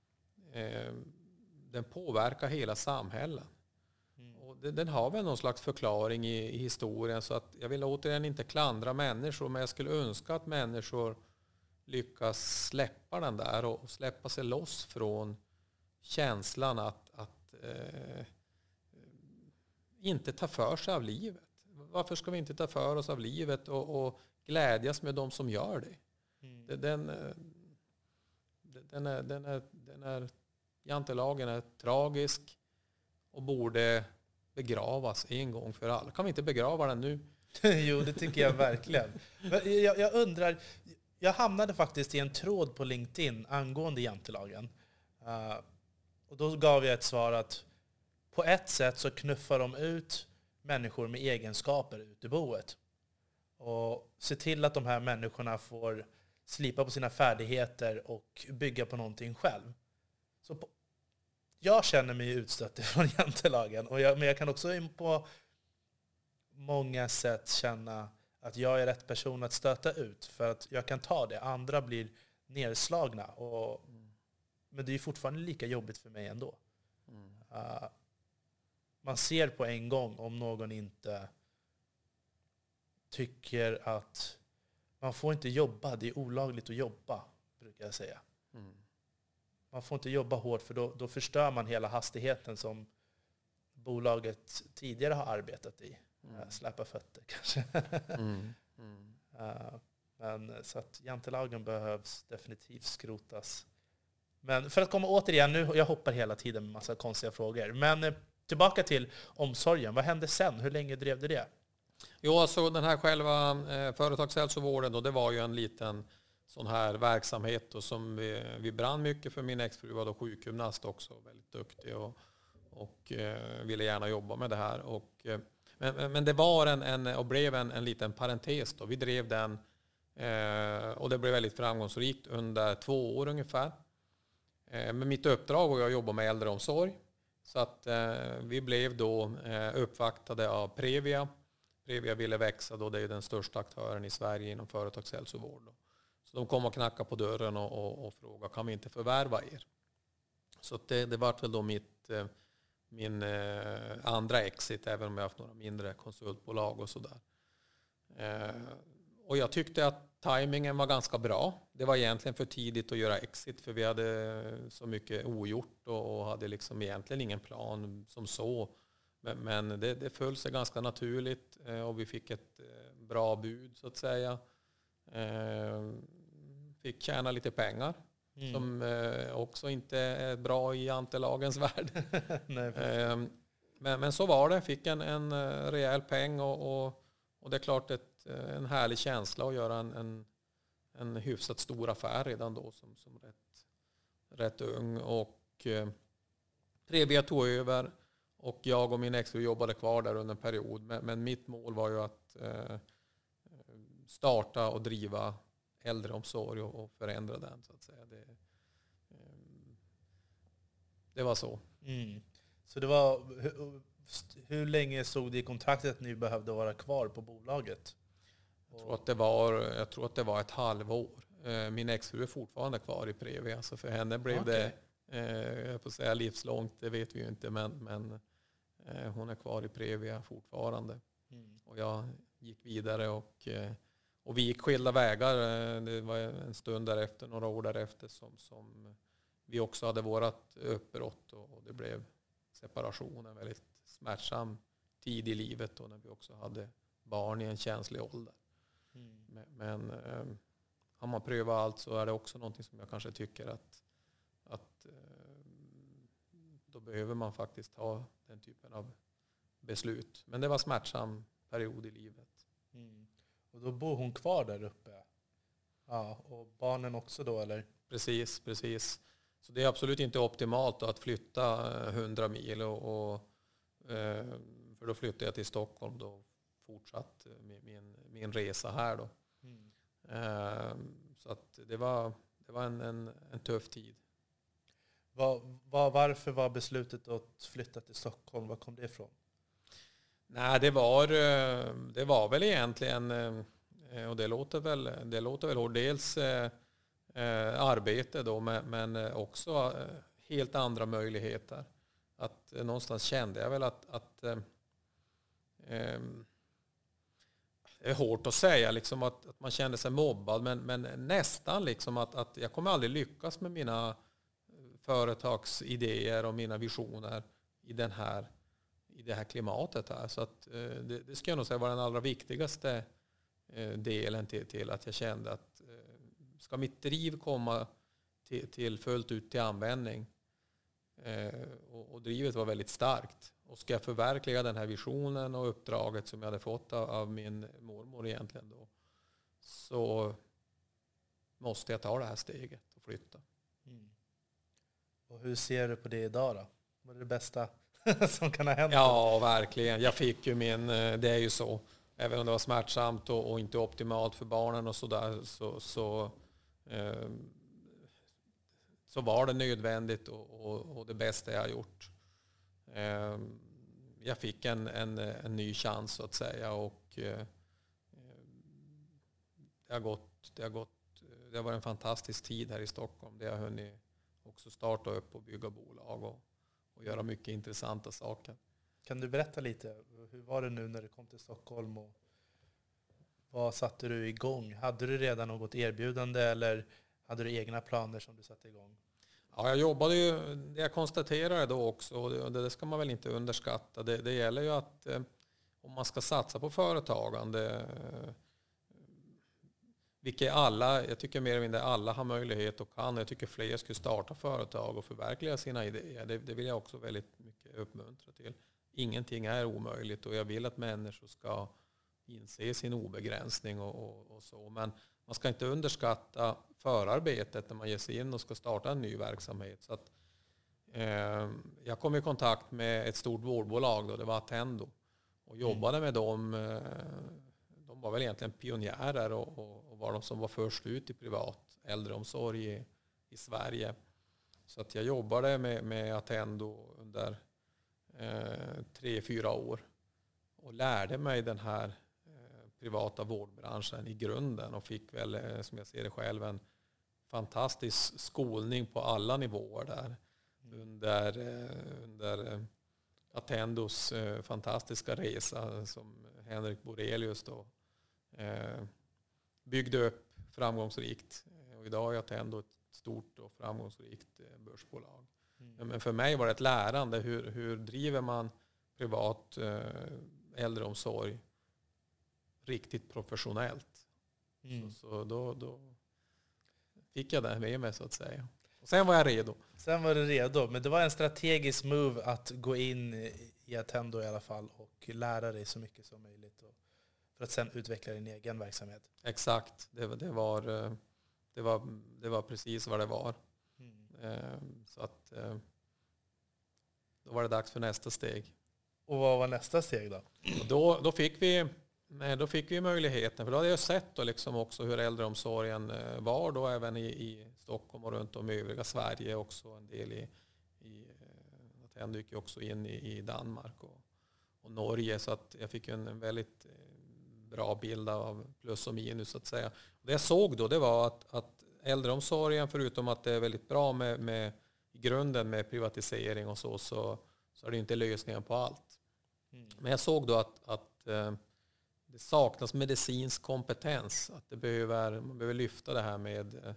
påverkar hela samhällen. Och den har väl någon slags förklaring i historien, så att jag vill återigen inte klandra människor, men jag skulle önska att människor lyckas släppa den där och släppa sig loss från känslan att inte ta för sig av livet. Varför ska vi inte ta för oss av livet och glädjas med de som gör det? Jantelagen är tragisk och borde begravas en gång för alla. Kan vi inte begrava den nu? Jo, det tycker jag verkligen. Jag undrar, jag hamnade faktiskt i en tråd på LinkedIn angående jantelagen. Och då gav jag ett svar att på ett sätt så knuffar de ut människor med egenskaper ut i boet. Och se till att de här människorna får slipa på sina färdigheter och bygga på någonting själv. Så jag känner mig utstött från jantelagen. Men jag kan också på många sätt känna att jag är rätt person att stöta ut. För att jag kan ta det. Andra blir nedslagna. Men det är fortfarande lika jobbigt för mig ändå. Man ser på en gång om någon inte tycker att man får inte jobba. Det är olagligt att jobba, brukar jag säga. Man får inte jobba hårt för då förstör man hela hastigheten som bolaget tidigare har arbetat i. Släppa fötter kanske. Men så att jantelagen behövs definitivt skrotas. Men för att komma återigen, nu jag hoppar hela tiden med massa konstiga frågor. Men tillbaka till omsorgen. Vad hände sen? Hur länge drev du det? Jo, alltså den här själva företagshälsovården då, det var ju en liten sån här verksamhet då, som vi brann mycket för. Min exfru var då sjukgymnast också, väldigt duktig och ville gärna jobba med det här. Men det var och blev en liten parentes då. Vi drev den och det blev väldigt framgångsrikt under 2 år ungefär. Men mitt uppdrag var att jobba med äldreomsorg. Så att vi blev då uppvaktade av Previa. Previa ville växa då, det är den största aktören i Sverige inom företagshälsovård då. Så de kom och knackade på dörren och frågade, kan vi inte förvärva er? Så det var väl då min andra exit, även om jag haft några mindre konsultbolag och sådär. Och jag tyckte att timingen var ganska bra. Det var egentligen för tidigt att göra exit, för vi hade så mycket ogjort och hade liksom egentligen ingen plan som så. Men det föll sig ganska naturligt och vi fick ett bra bud så att säga. Fick tjäna lite pengar som också inte är bra i jantelagens värld. Nej, men så var det. Fick en rejäl peng och det är klart en härlig känsla att göra en hyfsat stor affär redan då som rätt ung. Och Previa tog över och jag och min exfru jobbade kvar där under en period. Men mitt mål var ju att starta och driva äldreomsorg och förändra den så att säga. Det var så. Så det var hur länge stod det i kontraktet att ni behövde vara kvar på bolaget? Jag tror att det var ett halvår. Min exfru är fortfarande kvar i Previa, så för henne blev det jag får säga livslångt, det vet vi ju inte, men hon är kvar i Previa fortfarande. Och jag gick vidare och vi gick skilda vägar. Det var en stund därefter, några år därefter som vi också hade vårat uppbrott och det blev separation, en väldigt smärtsam tid i livet då, när vi också hade barn i en känslig ålder. Men har man prövat allt så är det också någonting som jag kanske tycker att då behöver man faktiskt ha den typen av beslut. Men det var en smärtsam period i livet. Och då bor hon kvar där uppe? Ja, och barnen också då, eller? Precis. Så det är absolut inte optimalt då, att flytta 100 mil för då flyttade jag till Stockholm då, fortsatt min resa här då. Så att det var en tuff tid. Varför var beslutet att flytta till Stockholm? Var kom det ifrån? Nej, det var väl egentligen, och det låter väl hårt, dels arbete då, men också helt andra möjligheter. Att någonstans kände jag väl att det är hårt att säga liksom att man kände sig mobbad, men nästan liksom att jag kommer aldrig lyckas med mina företagsidéer och mina visioner i det här klimatet här. Så att det ska jag nog säga var den allra viktigaste delen till att jag kände att ska mitt driv komma till fullt ut till användning, och drivet var väldigt starkt, och ska jag förverkliga den här visionen och uppdraget som jag hade fått av min mormor egentligen då, så måste jag ta det här steget och flytta. Mm. Och hur ser du på det idag då? Vad är det bästa som kan ha hänt? Ja, verkligen. Jag fick ju det är ju så. Även om det var smärtsamt och inte optimalt för barnen och sådär, så var det nödvändigt och det bästa jag har gjort. Jag fick en ny chans så att säga, och det har varit en fantastisk tid här i Stockholm. Det har hunnit också starta upp och bygga bolag och göra mycket intressanta saker. Kan du berätta lite, hur var det nu när du kom till Stockholm och vad satte du igång? Hade du redan något erbjudande eller hade du egna planer som du satte igång? Ja, jag jobbade ju, det jag konstaterade då också, och det ska man väl inte underskatta. Det gäller ju att om man ska satsa på företagande, vilket jag tycker mer eller mindre alla har möjlighet och kan. Jag tycker fler skulle starta företag och förverkliga sina idéer. Det vill jag också väldigt mycket uppmuntra till. Ingenting är omöjligt, och jag vill att människor ska inse sin obegränsning och så. Men man ska inte underskatta förarbetet när man ger sig in och ska starta en ny verksamhet. Så att, jag kom i kontakt med ett stort vårdbolag då, det var Attendo, och jobbade med dem. De var väl egentligen pionjärer och var de som var först ut i privat äldreomsorg i Sverige. Så att jag jobbade med Attendo under 3-4 år och lärde mig den här privata vårdbranschen i grunden, och fick väl, som jag ser det själv, en fantastisk skolning på alla nivåer där under Attendos fantastiska resa som Henrik Borelius då byggde upp framgångsrikt. Och idag är Attendo ett stort och framgångsrikt börsbolag. Men för mig var det ett lärande. Hur driver man privat äldreomsorg riktigt professionellt? Så då fick jag det med mig så att säga. Och sen var jag redo. Sen var du redo, men det var en strategisk move att gå in i Attendo i alla fall och lära dig så mycket som möjligt för att sen utveckla din egen verksamhet. Exakt, det var precis vad det var. Så att då var det dags för nästa steg. Och vad var nästa steg då? Och då fick vi möjligheten, för då hade jag sett då liksom också hur äldreomsorgen var då även i Stockholm och runt om i övriga Sverige, också en del i Attendo gick ju också in i Danmark och Norge, så att jag fick en väldigt bra bild av plus och minus så att säga. Och det jag såg då, det var att äldreomsorgen, förutom att det är väldigt bra med i grunden med privatisering och så är det inte lösningen på allt. Men jag såg då att det saknas medicinsk kompetens, att man behöver lyfta det här med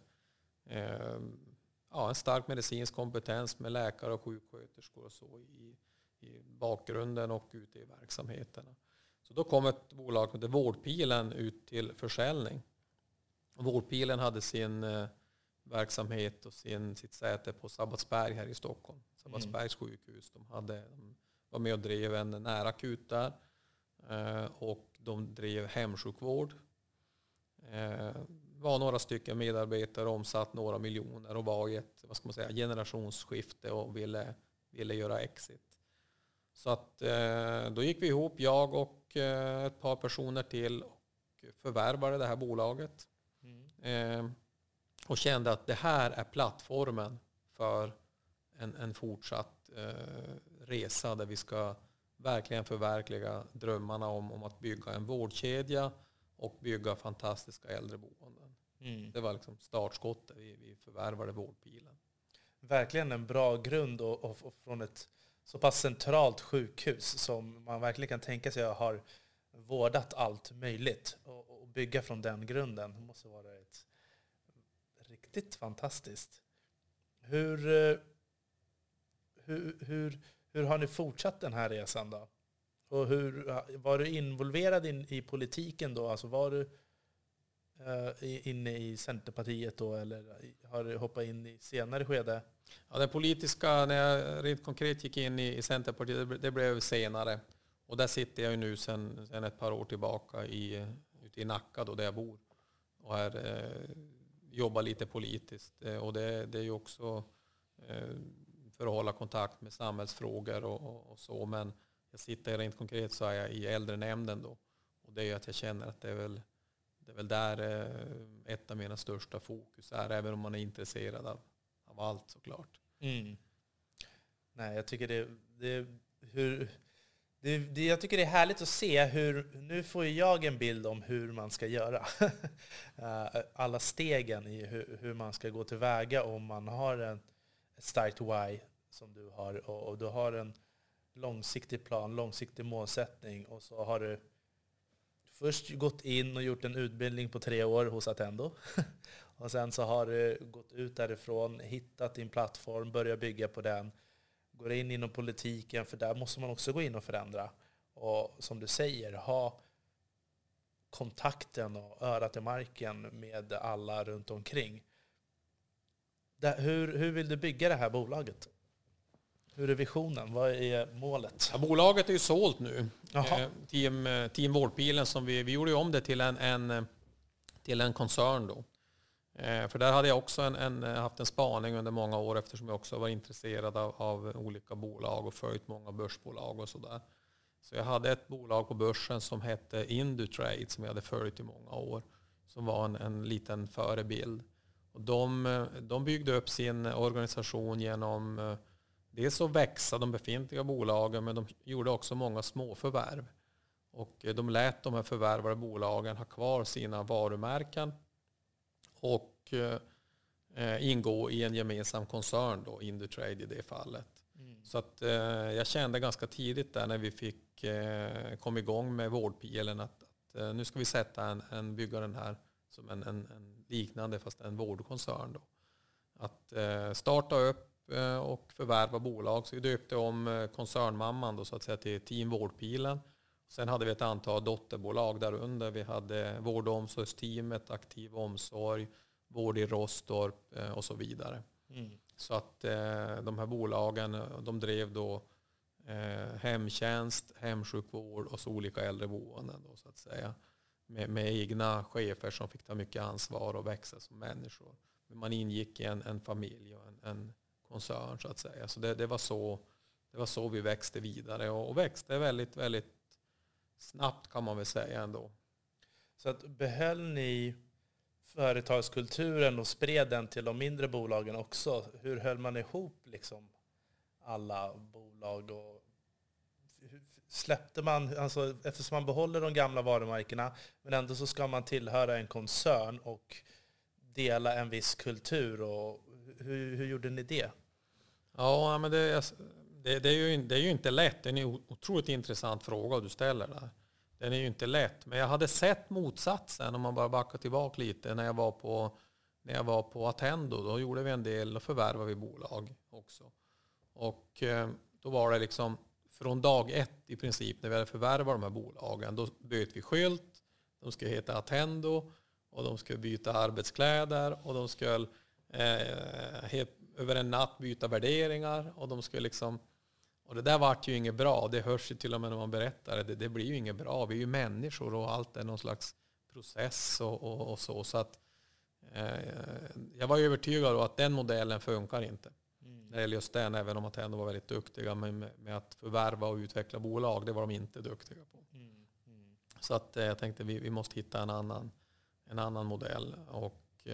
en stark medicinsk kompetens med läkare och sjuksköterskor och så i bakgrunden och ute i verksamheterna. Så då kom ett bolag som heter Vårdpilen ut till försäljning. Vårdpilen hade sin verksamhet och sitt säte på Sabbatsberg här i Stockholm. Sabbatsbergs sjukhus. De var med och drev en närakut där. Och de drev hemsjukvård. Var några stycken medarbetare, omsatt några miljoner och var i ett generationsskifte och ville göra exit. Så att då gick vi ihop, jag och ett par personer till, och förvärvade det här bolaget. Och kände att det här är plattformen för en fortsatt resa där vi ska verkligen förverkliga drömmarna om att bygga en vårdkedja och bygga fantastiska äldreboenden. Det var liksom startskottet. Vi förvärvade Vårdpilen. Verkligen en bra grund och från ett så pass centralt sjukhus som man verkligen kan tänka sig har vårdat allt möjligt, och bygga från den grunden. Det måste vara ett riktigt fantastiskt. Hur hur har ni fortsatt den här resan då? Och var du involverad i politiken då? Alltså var du inne i Centerpartiet då, eller har du hoppat in i senare skede? Ja, det politiska, när jag rent konkret gick in i Centerpartiet, det blev senare. Och där sitter jag ju nu sen ett par år tillbaka ute i Nacka då, där jag bor. Och här jobbar lite politiskt. Och det är ju också för att hålla kontakt med samhällsfrågor och så. Men jag sitter rent konkret så är jag i äldrenämnden då. Och det är ju att jag känner att det är väl där ett av mina största fokus är, även om man är intresserad av allt såklart. Mm. Nej, jag tycker jag tycker det är härligt att se nu får jag en bild om hur man ska göra. Alla stegen i hur man ska gå tillväga om man har ett starkt why som du har, och du har en långsiktig plan, långsiktig målsättning, och så har du först gått in och gjort en utbildning på 3 år hos Attendo. Och sen så har du gått ut därifrån, hittat din plattform, börjat bygga på den. Går in inom politiken, för där måste man också gå in och förändra. Och som du säger, ha kontakten och örat i marken med alla runt omkring. Hur vill du bygga det här bolaget? Hur är visionen? Vad är målet? Ja, bolaget är ju sålt nu. Team Vårdpilen, som vi gjorde ju om det till en koncern då. För där hade jag också haft en spaning under många år, eftersom jag också var intresserad av olika bolag och följt många börsbolag och sådär. Så jag hade ett bolag på börsen som hette Indutrade, som jag hade följt i många år, som var en liten förebild. Och de byggde upp sin organisation genom dels att växa de befintliga bolagen, men de gjorde också många småförvärv. Och de lät de här förvärvade bolagen ha kvar sina varumärken och ingå i en gemensam koncern då, Indutrade i det fallet. Så att jag kände ganska tidigt där när vi kom igång med Vårdpilen att nu ska vi bygga den här som en liknande, fast en vårdkoncern då. Att starta upp och förvärva bolag. Så vi döpte om koncernmamman då, så att säga, till Team Vårdpilen. Sen hade vi ett antal dotterbolag där under. Vi hade Vård- och omsorgsteamet, Aktiv omsorg, Vård i Rostorp och så vidare. Så att de här bolagen, de drev då hemtjänst, hemsjukvård och så olika äldreboenden då, så att säga. Med egna chefer som fick ta mycket ansvar och växa som människor. Men man ingick i en familj och en koncern, så att säga. Så det var så vi växte vidare och växte väldigt, väldigt snabbt, kan man väl säga ändå. Så att behöll ni företagskulturen och spred den till de mindre bolagen också? Hur höll man ihop liksom alla bolag, och släppte man, alltså, eftersom man behåller de gamla varumärkena, men ändå så ska man tillhöra en koncern och dela en viss kultur, och hur gjorde ni det? Ja, men det är ju inte lätt. Det är en otroligt intressant fråga du ställer där. Den är ju inte lätt. Men jag hade sett motsatsen, om man bara backar tillbaka lite, när jag var på Attendo. Då gjorde vi en del, då förvärvade vi bolag också. Och då var det liksom från dag 1 i princip, när vi hade förvärvat de här bolagen, då bytte vi skylt. De skulle heta Attendo och de skulle byta arbetskläder och de skulle över en natt byta värderingar, och de skulle liksom, och det där vart ju inget bra. Det hörs ju till och med när man berättar det blir ju inget bra. Vi är ju människor och allt är någon slags process och så. Så att jag var övertygad om att den modellen funkar inte. När det gäller just den, även om att ändå var väldigt duktiga med att förvärva och utveckla bolag, det var de inte duktiga på. Så att jag tänkte vi måste hitta en annan modell. Och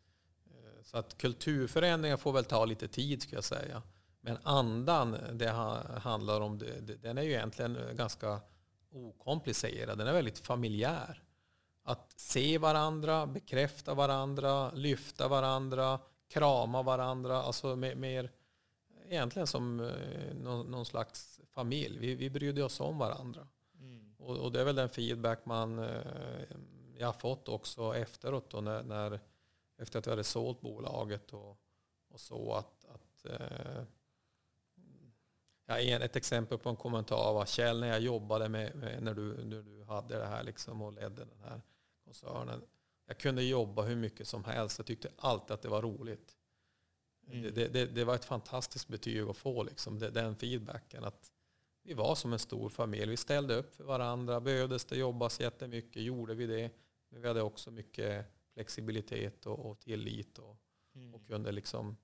så att kulturförändringar får väl ta lite tid, ska jag säga. Men andan det handlar om, den är ju egentligen ganska okomplicerad. Den är väldigt familjär. Att se varandra, bekräfta varandra, lyfta varandra, krama varandra. Alltså mer egentligen som någon slags familj. Vi brydde oss om varandra. Och det är väl den feedback jag har fått också efteråt då, efter att vi hade sålt bolaget och så att Ett exempel på en kommentar var Kjell, när jag jobbade med när du hade det här liksom och ledde den här koncernen. Jag kunde jobba hur mycket som helst. Jag tyckte alltid att det var roligt. Det var ett fantastiskt betyg att få liksom, den feedbacken. Att vi var som en stor familj. Vi ställde upp för varandra. Behövdes det jobbas jättemycket, gjorde vi det. Men vi hade också mycket flexibilitet och tillit och kunde liksom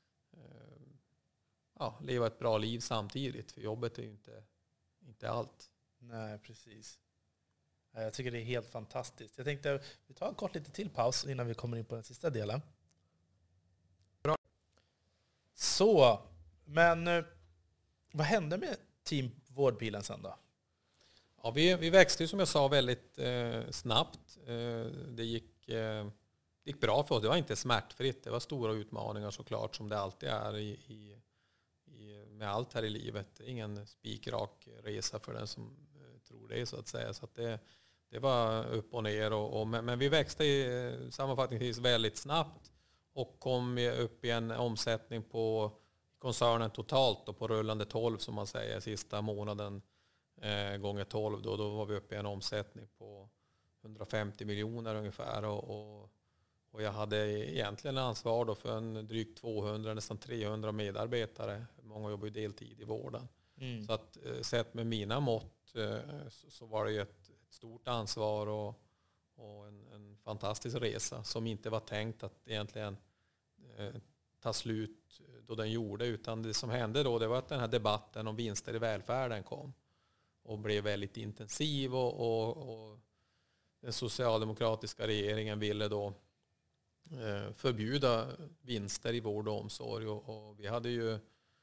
leva ett bra liv samtidigt. För jobbet är ju inte allt. Nej, precis. Jag tycker det är helt fantastiskt. Jag tänkte vi tar en kort lite till paus innan vi kommer in på den sista delen. Bra. Så, men vad hände med Team Vårdbilen sen då? Ja, vi växte som jag sa väldigt snabbt. Det gick bra för oss. Det var inte smärtfritt. Det var stora utmaningar såklart, som det alltid är med allt här i livet. Det är ingen spikrak resa för den som tror det, så att säga. Så att det var upp och ner. Men vi växte sammanfattningsvis väldigt snabbt och kom upp i en omsättning på koncernen totalt och på rullande 12, som man säger, sista månaden gånger 12. Då var vi uppe i en omsättning på 150 miljoner ungefär. Och jag hade egentligen ansvar då för en drygt 200, nästan 300 medarbetare. Många jobbar ju deltid i vården. Så att sett med mina mått så var det ju ett stort ansvar och en fantastisk resa som inte var tänkt att egentligen ta slut då den gjorde. Utan det som hände då, det var att den här debatten om vinster i välfärden kom och blev väldigt intensiv och den socialdemokratiska regeringen ville då förbjuda vinster i vård och omsorg. Och vi hade ju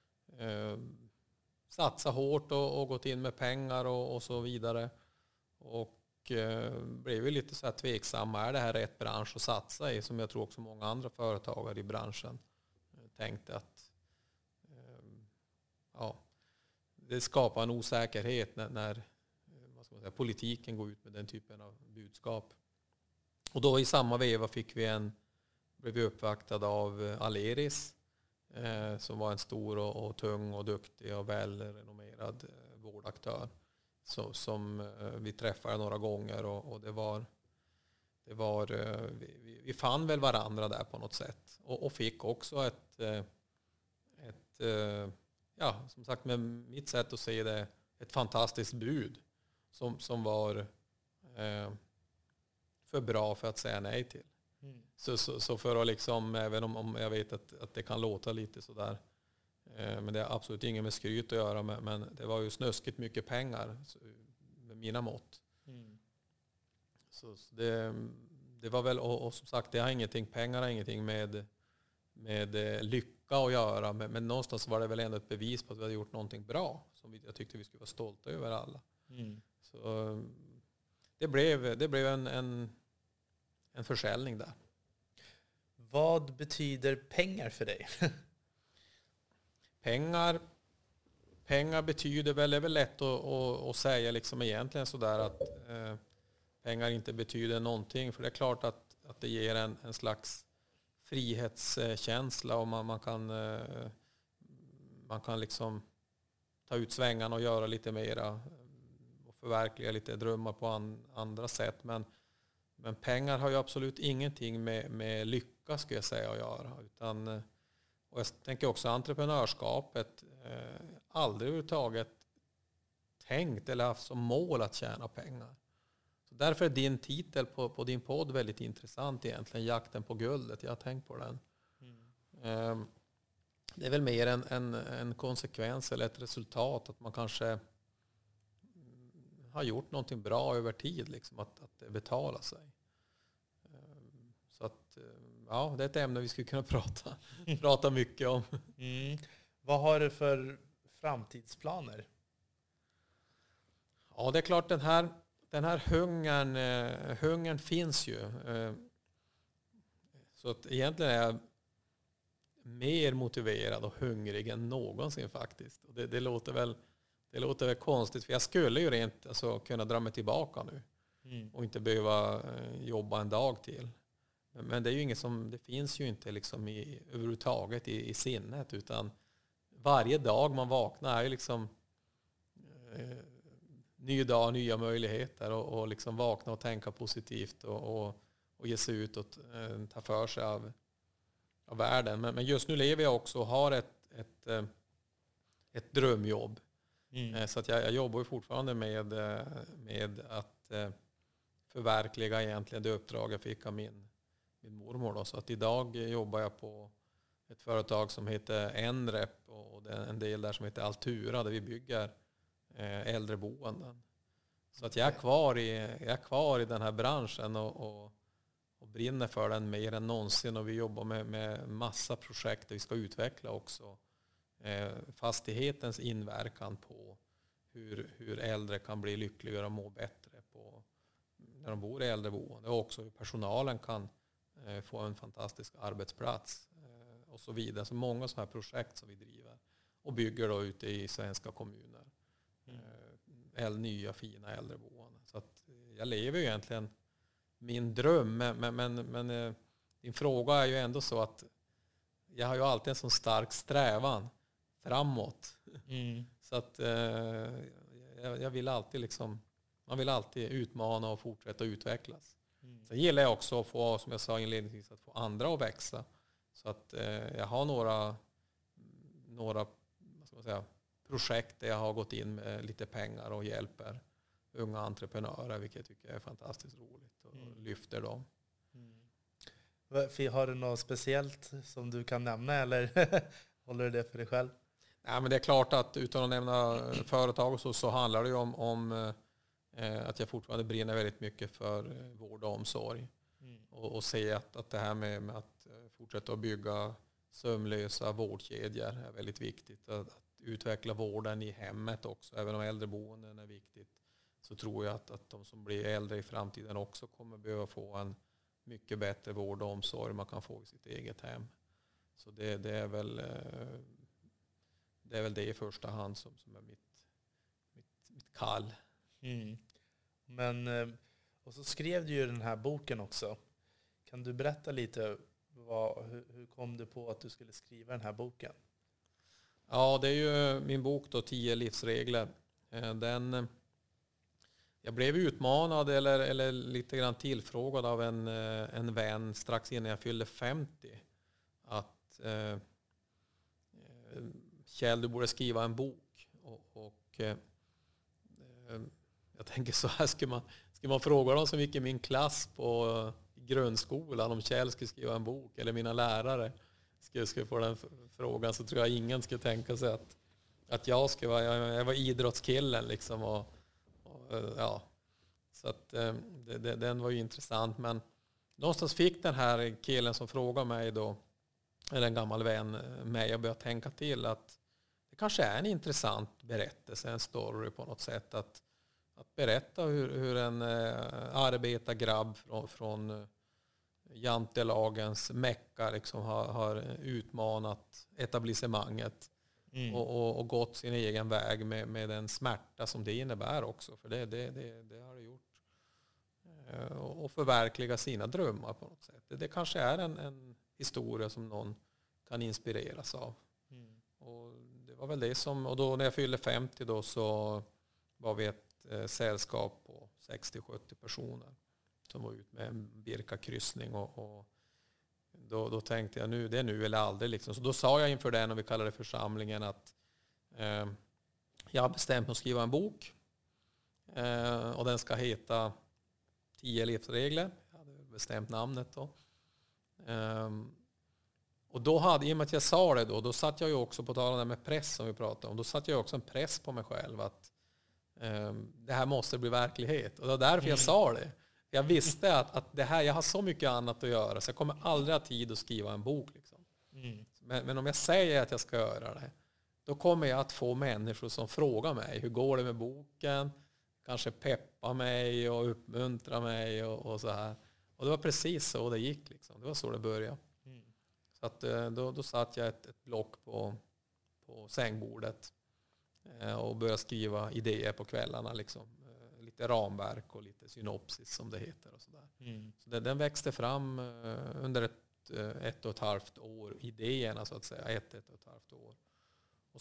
satsat hårt och gått in med pengar och så vidare. Och blev ju lite så här tveksamma. Är det här rätt bransch att satsa i? Som jag tror också många andra företagare i branschen tänkte att det skapar en osäkerhet när vad ska man säga, politiken går ut med den typen av budskap. Och då i samma veva blev vi uppvaktade av Aleris som var en stor och tung och duktig och välrenommerad vårdaktör som vi träffade några gånger och vi fann väl varandra där på något sätt och fick också som sagt med mitt sätt att se det, ett fantastiskt bud som var för bra för att säga nej till. Så för att liksom, även om jag vet att det kan låta lite sådär, men det är absolut inget med skryt att göra, men det var ju snuskigt mycket pengar med mina mått. Så det var väl, och som sagt, pengar har ingenting med lycka att göra, men någonstans var det väl ändå ett bevis på att vi hade gjort någonting bra som jag tyckte vi skulle vara stolta över alla. Så det blev en försäljning där. Vad betyder pengar för dig? Pengar betyder väl, det är väl lätt att säga liksom egentligen sådär att pengar inte betyder någonting. För det är klart att det ger en slags frihetskänsla och man kan liksom ta ut svängarna och göra lite mera och förverkliga lite drömmar på andra sätt. Men pengar har ju absolut ingenting med lycka, ska jag säga, att göra. Och jag tänker också entreprenörskapet, aldrig överhuvudtaget tänkt eller haft som mål att tjäna pengar. Så därför är din titel på din podd väldigt intressant egentligen, Jakten på guldet. Jag har tänkt på den. Det är väl mer en konsekvens eller ett resultat att man kanske har gjort någonting bra över tid, liksom, att det betalar sig. Så att det är ett ämne vi skulle kunna prata mycket om. Vad har du för framtidsplaner? Ja, det är klart, den här hungern finns ju. Så att egentligen är jag mer motiverad och hungrig än någonsin faktiskt. Och det låter väl konstigt, för jag skulle ju rent kunna dra mig tillbaka nu och inte behöva jobba en dag till. Men det är ju inget det finns ju inte liksom överhuvudtaget i sinnet, utan varje dag man vaknar är ju liksom ny dag, nya möjligheter och liksom vakna och tänka positivt och ge sig ut och ta för sig av världen. Men just nu lever jag också och har ett drömjobb. Så att jag jobbar ju fortfarande med att förverkliga egentligen det uppdrag jag fick av min mormor. Då. Så att idag jobbar jag på ett företag som heter Enrep och det är en del där som heter Altura där vi bygger äldreboenden. Så att jag är kvar i den här branschen och brinner för den mer än någonsin. Och vi jobbar med massa projekt där vi ska utveckla också fastighetens inverkan på hur äldre kan bli lyckligare och må bättre när de bor i äldreboende. Och också hur personalen kan få en fantastisk arbetsplats och så vidare. Så många sådana här projekt som vi driver och bygger då ute i svenska kommuner. Nya fina äldreboenden. Så att jag lever ju egentligen min dröm. Men din fråga är ju ändå så att jag har ju alltid en sån stark strävan framåt. Så att jag vill alltid liksom, man vill alltid utmana och fortsätta utvecklas. Sen gillar jag också att få, som jag sa inledningsvis, att få andra att växa. Så att jag har några vad ska man säga, projekt där jag har gått in med lite pengar och hjälper unga entreprenörer, vilket jag tycker är fantastiskt roligt och lyfter dem. Har du något speciellt som du kan nämna eller håller du det för dig själv? Ja, men det är klart att utan att nämna företag så handlar det ju om att jag fortfarande brinner väldigt mycket för vård och omsorg. Och se att det här med att fortsätta att bygga sömlösa vårdkedjor är väldigt viktigt. Att utveckla vården i hemmet också, även om äldreboenden är viktigt. Så tror jag att de som blir äldre i framtiden också kommer behöva få en mycket bättre vård och omsorg man kan få i sitt eget hem. Så det är väl det i första hand som är mitt kall. Men, och så skrev du ju den här boken också. Kan du berätta lite, hur kom du på att du skulle skriva den här boken? Ja, det är ju min bok då, 10 livsregler. Jag blev utmanad eller lite grann tillfrågad av en vän strax innan jag fyllde 50 att Kjell, du borde skriva en bok. Och jag tänker så här, ska man fråga dem som gick i min klass på grundskolan om Kjell skulle skriva en bok, eller mina lärare skulle få den frågan, så tror jag ingen skulle tänka sig att jag var idrottskillen liksom och ja. Så att den var ju intressant, men någonstans fick den här killen som frågade mig då, eller en gammal vän, mig att börja tänka till att det kanske är en intressant berättelse, en story på något sätt, att berätta hur en arbetargrabb från jantelagens Mecka liksom har utmanat etablissemanget och gått sin egen väg med den smärta som det innebär också, för det har det gjort, och förverkliga sina drömmar på något sätt. Det kanske är en historia som någon kan inspireras av. Och det var väl det som, och då när jag fyllde 50 då så var vi ett sällskap på 60-70 personer som var ut med en Birka-kryssning och då tänkte jag det är nu eller aldrig liksom. Så då sa jag inför den, och vi kallade det församlingen, att jag har bestämt mig att skriva en bok och den ska heta 10 livsregler. Jag hade bestämt namnet då. Och då i och med att jag sa det då satt jag ju också, på tal om med press som vi pratade om, då satt jag också en press på mig själv att det här måste bli verklighet. Och det var därför jag sa det. Jag visste att det här, jag har så mycket annat att göra så jag kommer aldrig ha tid att skriva en bok. Liksom. Men om jag säger att jag ska göra det, då kommer jag att få människor som frågar mig, hur går det med boken? Kanske peppa mig och uppmuntra mig och så här. Och det var precis så det gick. Liksom. Det var så det började. Så att då satt jag ett block på sängbordet och började skriva idéer på kvällarna. Liksom. Lite ramverk och lite synopsis som det heter. Och så där. Så den växte fram under ett och ett halvt år. Idéerna så att säga, ett och ett halvt år. Och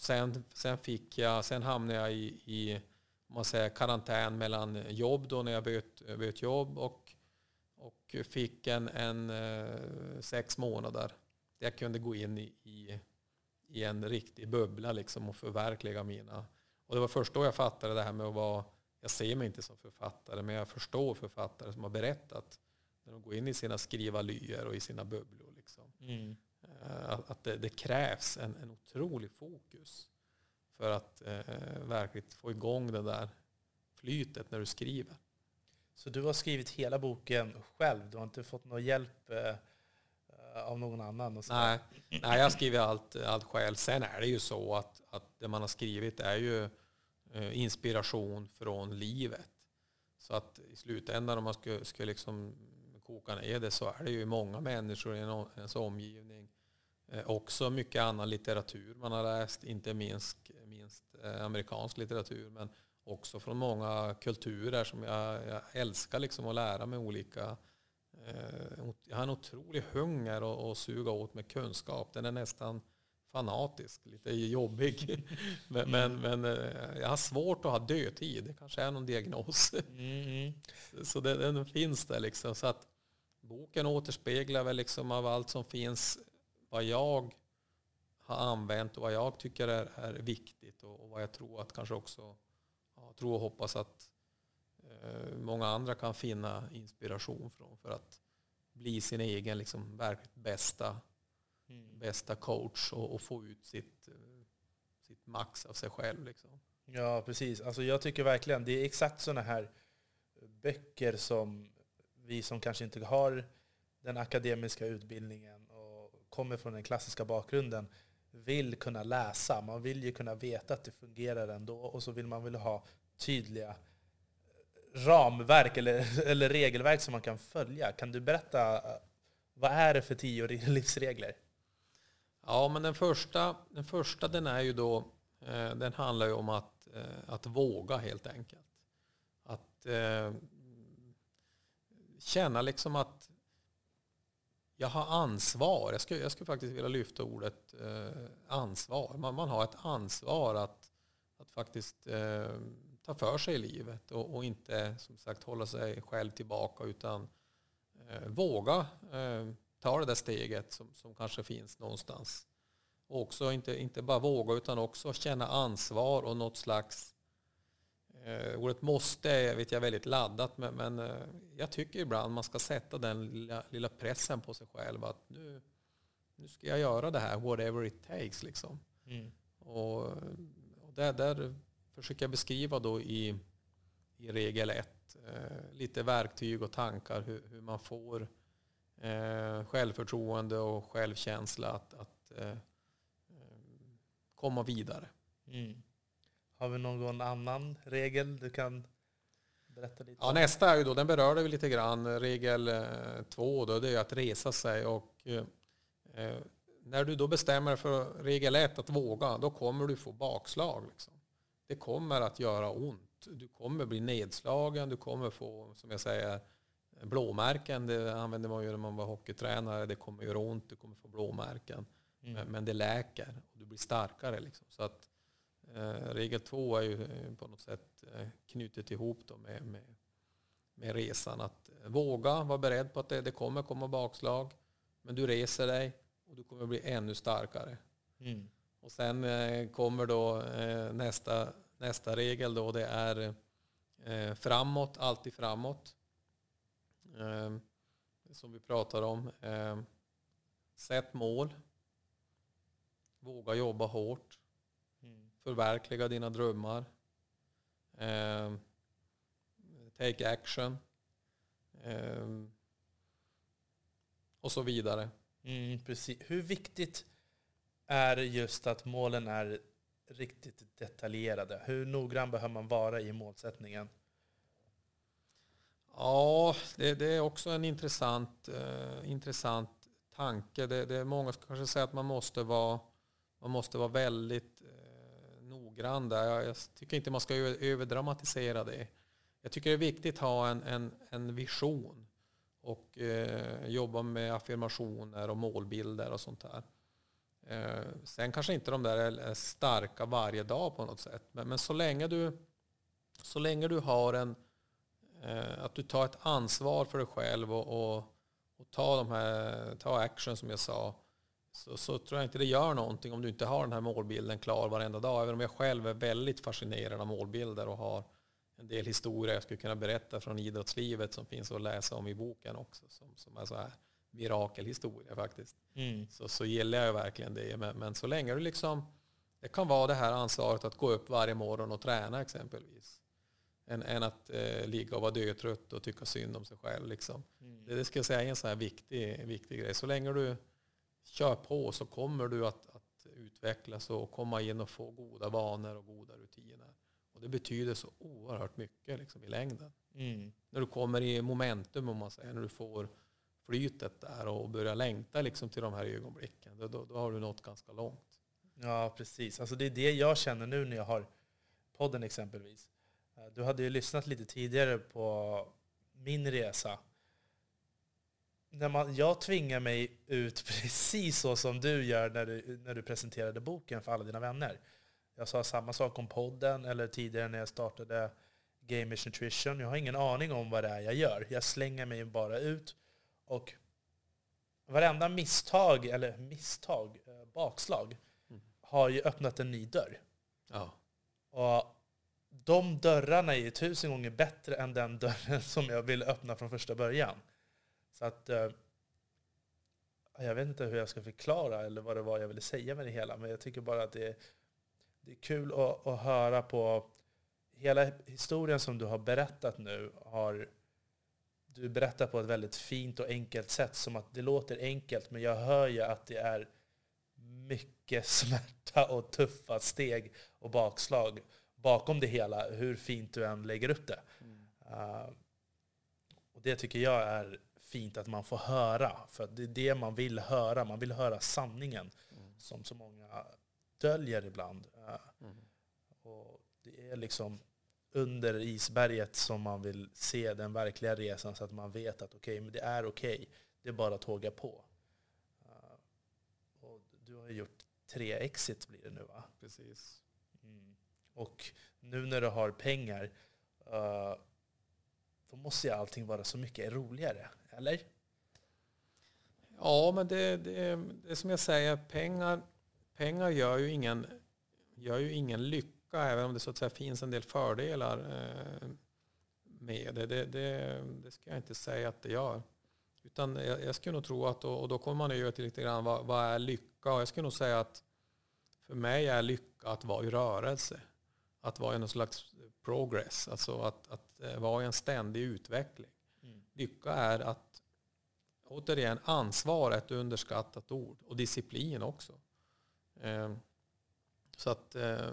sen hamnade jag i om man säger, karantän mellan jobb då när jag bytte jobb och fick en 6 månader där jag kunde gå in i en riktig bubbla liksom och förverkliga mina. Och det var först då jag fattade det här med att vara, jag ser mig inte som författare, men jag förstår författare som har berättat när de går in i sina skrivarlyer och i sina bubblor liksom. Att det krävs en otrolig fokus för att verkligen få igång det där flytet när du skriver. Så du har skrivit hela boken själv? Du har inte fått någon hjälp av någon annan? Och Nej, jag skriver allt själv. Sen är det ju så att det man har skrivit är ju inspiration från livet. Så att i slutändan om man ska liksom koka ner det, så är det ju många människor i ens omgivning. Också mycket annan litteratur man har läst, inte minst amerikansk litteratur, men också från många kulturer som jag älskar liksom att lära mig olika. Jag har en otrolig hunger och suga åt med kunskap. Den är nästan fanatisk, lite jobbig. men jag har svårt att ha dödtid. Det kanske är någon diagnos. Så den finns där liksom. Så att boken återspeglar väl liksom av allt som finns vad jag har använt och vad jag tycker är viktigt och vad jag tror att kanske också tror och hoppas att många andra kan finna inspiration från för att bli sin egen liksom verkligt bästa coach och få ut sitt max av sig själv liksom. Ja, precis. Alltså jag tycker verkligen det är exakt såna här böcker som vi som kanske inte har den akademiska utbildningen och kommer från den klassiska bakgrunden vill kunna läsa. Man vill ju kunna veta att det fungerar ändå, och så vill man väl ha tydliga ramverk eller regelverk som man kan följa. Kan du berätta, vad är det för 10 livsregler? Ja, men den första den är ju då, den handlar ju om att våga helt enkelt. Att känna liksom att jag har ansvar. Jag skulle faktiskt vilja lyfta ordet ansvar. Man har ett ansvar att faktiskt ta för sig i livet och inte som sagt hålla sig själv tillbaka, utan våga ta det där steget som kanske finns någonstans. Och också inte bara våga utan också känna ansvar och något slags ordet måste vet jag väldigt laddat, men jag tycker ibland man ska sätta den lilla pressen på sig själv att nu ska jag göra det här whatever it takes liksom. Och där försöker jag beskriva då i regel 1 lite verktyg och tankar hur man får självförtroende och självkänsla att komma vidare. Har vi någon annan regel du kan berätta lite om? Ja, nästa är ju då, den berörde vi lite grann, regel 2 då, det är att resa sig, och när du då bestämmer för regel 1 att våga, då kommer du få bakslag liksom. Det kommer att göra ont. Du kommer bli nedslagen, du kommer få, som jag säger, blåmärken. Det använder man ju när man var hockeytränare. Det kommer göra ont, du kommer få blåmärken. Men det läker och du blir starkare liksom. Så att regel 2 är ju på något sätt knutet ihop då med resan. Att våga, vara beredd på att det kommer komma bakslag. Men du reser dig och du kommer bli ännu starkare. Och sen kommer då nästa regel då, det är framåt, alltid framåt. Som vi pratar om. Sätt mål. Våga jobba hårt. Förverkliga dina drömmar. Take action. Och så vidare. Precis. Hur viktigt är just att målen är riktigt detaljerade? Hur noggrann behöver man vara i målsättningen? Ja, det är också en intressant tanke. Det är många som kanske säger att man måste vara väldigt noggrann där. Jag tycker inte man ska överdramatisera det. Jag tycker det är viktigt att ha en vision och jobba med affirmationer och målbilder och sånt där. Sen kanske inte de där är starka varje dag på något sätt. Men så länge du har att du tar ett ansvar för dig själv och ta action som jag sa, så tror jag inte det gör någonting om du inte har den här målbilden klar varenda dag. Även om jag själv är väldigt fascinerad av målbilder och har en del historier jag skulle kunna berätta från idrottslivet som finns att läsa om i boken också, som är så här mirakelhistoria faktiskt. Så gillar jag verkligen det. Men så länge du det kan vara det här ansvaret att gå upp varje morgon och träna exempelvis. Än att ligga och vara dötrött och tycka synd om sig själv. Det ska jag säga är en så här viktig grej. Så länge du kör på så kommer du att utvecklas och komma in och få goda vanor och goda rutiner. Och det betyder så oerhört mycket i längden. När du kommer i momentum, om man säger, när du får flytet där och börjar längta till de här ögonblicken, då har du nått ganska långt. Ja, precis. Alltså det är det jag känner nu när jag har podden exempelvis. Du hade ju lyssnat lite tidigare på min resa. Jag tvingar mig ut precis så som du gör när du presenterade boken för alla dina vänner. Jag sa samma sak om podden eller tidigare när jag startade Gamers Nutrition. Jag har ingen aning om vad det är jag gör. Jag slänger mig bara ut och varenda bakslag har ju öppnat en ny dörr. Ja. Och de dörrarna är 1000 gånger bättre än den dörren som jag ville öppna från första början. Så att jag vet inte hur jag ska förklara eller vad det var jag ville säga med det hela. Men jag tycker bara att det är kul att höra på hela historien som du har berättat nu. Du berättar på ett väldigt fint och enkelt sätt. Som att det låter enkelt, men jag hör ju att det är mycket smärta och tuffa steg och bakslag bakom det hela, hur fint du än lägger upp det. Och det tycker jag är fint att man får höra, för det är det man vill höra. Man vill höra sanningen som så många döljer ibland. Och det är under isberget som man vill se den verkliga resan, så att man vet att men det är okej. Det är bara att tåga på. Och du har gjort 3 exits blir det nu, va? Precis. Och nu när du har pengar, då måste ju allting vara så mycket roligare, eller? Ja, men det är som jag säger, pengar gör ju ingen lycka, även om det så att säga finns en del fördelar med det. Det ska jag inte säga att det gör. Utan jag skulle nog tro att, och då kommer man ju till lite grann, vad är lycka? Och jag skulle nog säga att för mig är lycka att vara i rörelse. Att vara i någon slags progress. Alltså att vara i en ständig utveckling. Lycka är att, återigen, ansvar är ett underskattat ord. Och disciplin också. Så att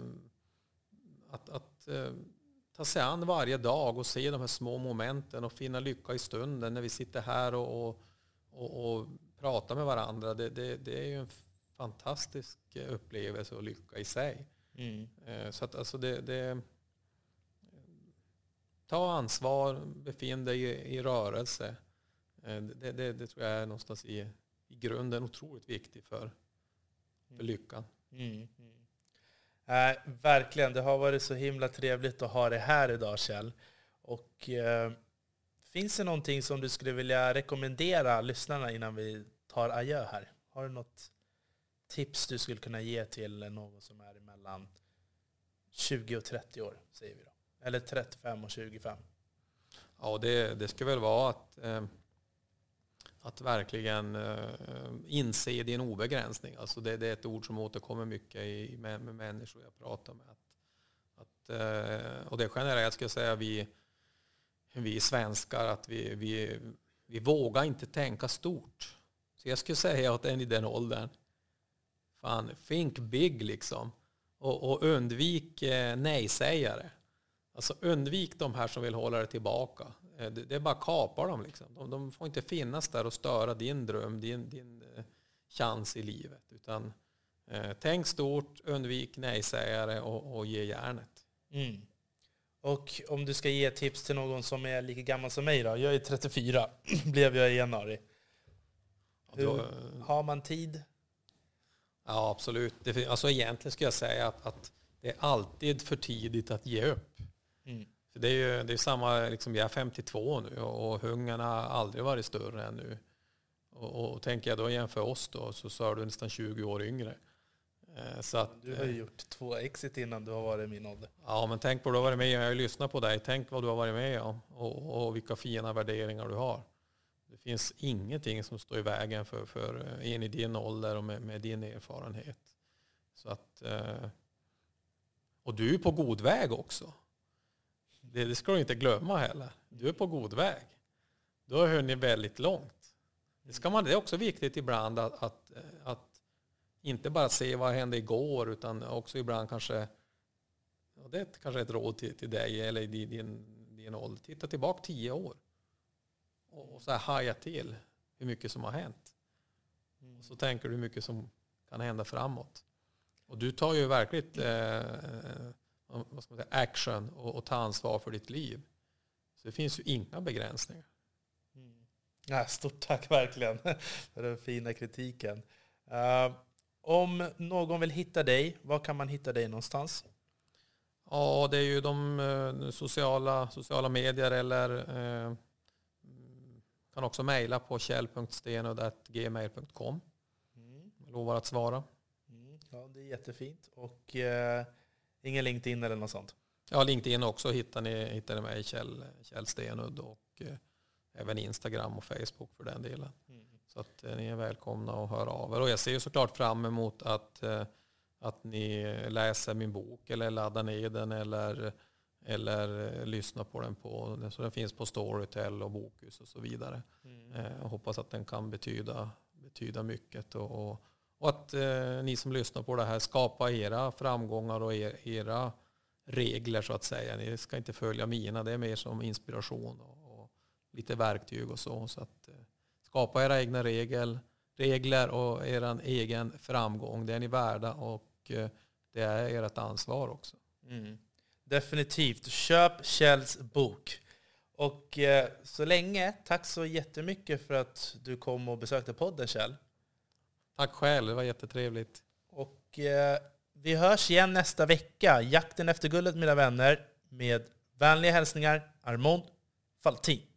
ta sig an varje dag och se de här små momenten och finna lycka i stunden när vi sitter här och pratar med varandra. Det är ju en fantastisk upplevelse och lycka i sig. Så att alltså ta ansvar, befinn dig i rörelse. Det tror jag är någonstans i grunden otroligt viktigt för lyckan. Verkligen, det har varit så himla trevligt att ha det här idag, Kjell. Och finns det någonting som du skulle vilja rekommendera lyssnarna innan vi tar adjö här? Har du något tips du skulle kunna ge till någon som är mellan 20 och 30 år, säger vi då? Eller 35 och 25? Ja, det ska väl vara att verkligen inse din obegränsning. Alltså det är ett ord som återkommer mycket med människor jag pratar med. Och det är generellt, ska jag säga, vi svenskar, att vi vågar inte tänka stort. Så jag skulle säga att en i den åldern, think big och undvik nej-sägare. Alltså undvik de här som vill hålla det tillbaka. Det är bara kapar dem De får inte finnas där och störa din dröm, din chans i livet. Utan tänk stort, undvik nej-sägare och ge järnet. Och om du ska ge tips till någon som är lika gammal som mig då. Jag är 34, blev jag i januari. Hur har man tid? Ja, absolut. Alltså egentligen skulle jag säga att det är alltid för tidigt att ge upp. För det är samma, liksom, jag är 52 nu och hungern har aldrig varit större än nu. Och tänker jag då jämför oss då, så är du nästan 20 år yngre. Så att, du har ju gjort 2 exit innan du har varit i min ålder. Ja, men tänk på vad du har varit med om. Jag har ju lyssnat på dig. Tänk vad du har varit med om och vilka fina värderingar du har. Det finns ingenting som står i vägen för en i din ålder och med din erfarenhet. Så att, och du är på god väg också. Det ska du inte glömma heller. Du är på god väg. Du har hunnit väldigt långt. Det är också viktigt ibland att inte bara se vad hände igår, utan också ibland kanske, och det är kanske ett råd till dig eller i din ålder, titta tillbaka 10 år och så här haja till hur mycket som har hänt. Och så tänker du hur mycket som kan hända framåt. Och du tar ju verkligt vad ska man säga, action och tar ansvar för ditt liv. Så det finns ju inga begränsningar. Ja, stort tack verkligen för den fina kritiken. Om någon vill hitta dig, var kan man hitta dig någonstans? Ja, det är ju de sociala medier eller kan också mejla på kjell.stenud@gmail.com. Jag lovar att svara. Ja, det är jättefint. Och ingen LinkedIn eller något sånt? Ja, LinkedIn också hittar ni mig, Kjell Stenud, och även Instagram och Facebook för den delen. Så att ni är välkomna att höra av er. Och jag ser såklart fram emot att ni läser min bok eller laddar ner den eller lyssnar på den så den finns på Storytel och Bokus och så vidare. Jag hoppas att den kan betyda mycket och att ni som lyssnar på det här skapar era framgångar och era regler så att säga. Ni ska inte följa mina, det är mer som inspiration och lite verktyg och så att skapa era egna regler och er egen framgång. Det är ni värda och det är ert ansvar också. Definitivt. Köp Kjells bok. Och så länge, tack så jättemycket för att du kom och besökte podden, Kjell. Tack själv, det var jättetrevligt. Och vi hörs igen nästa vecka. Jakten efter guldet, mina vänner. Med vänliga hälsningar, Armond Faltin.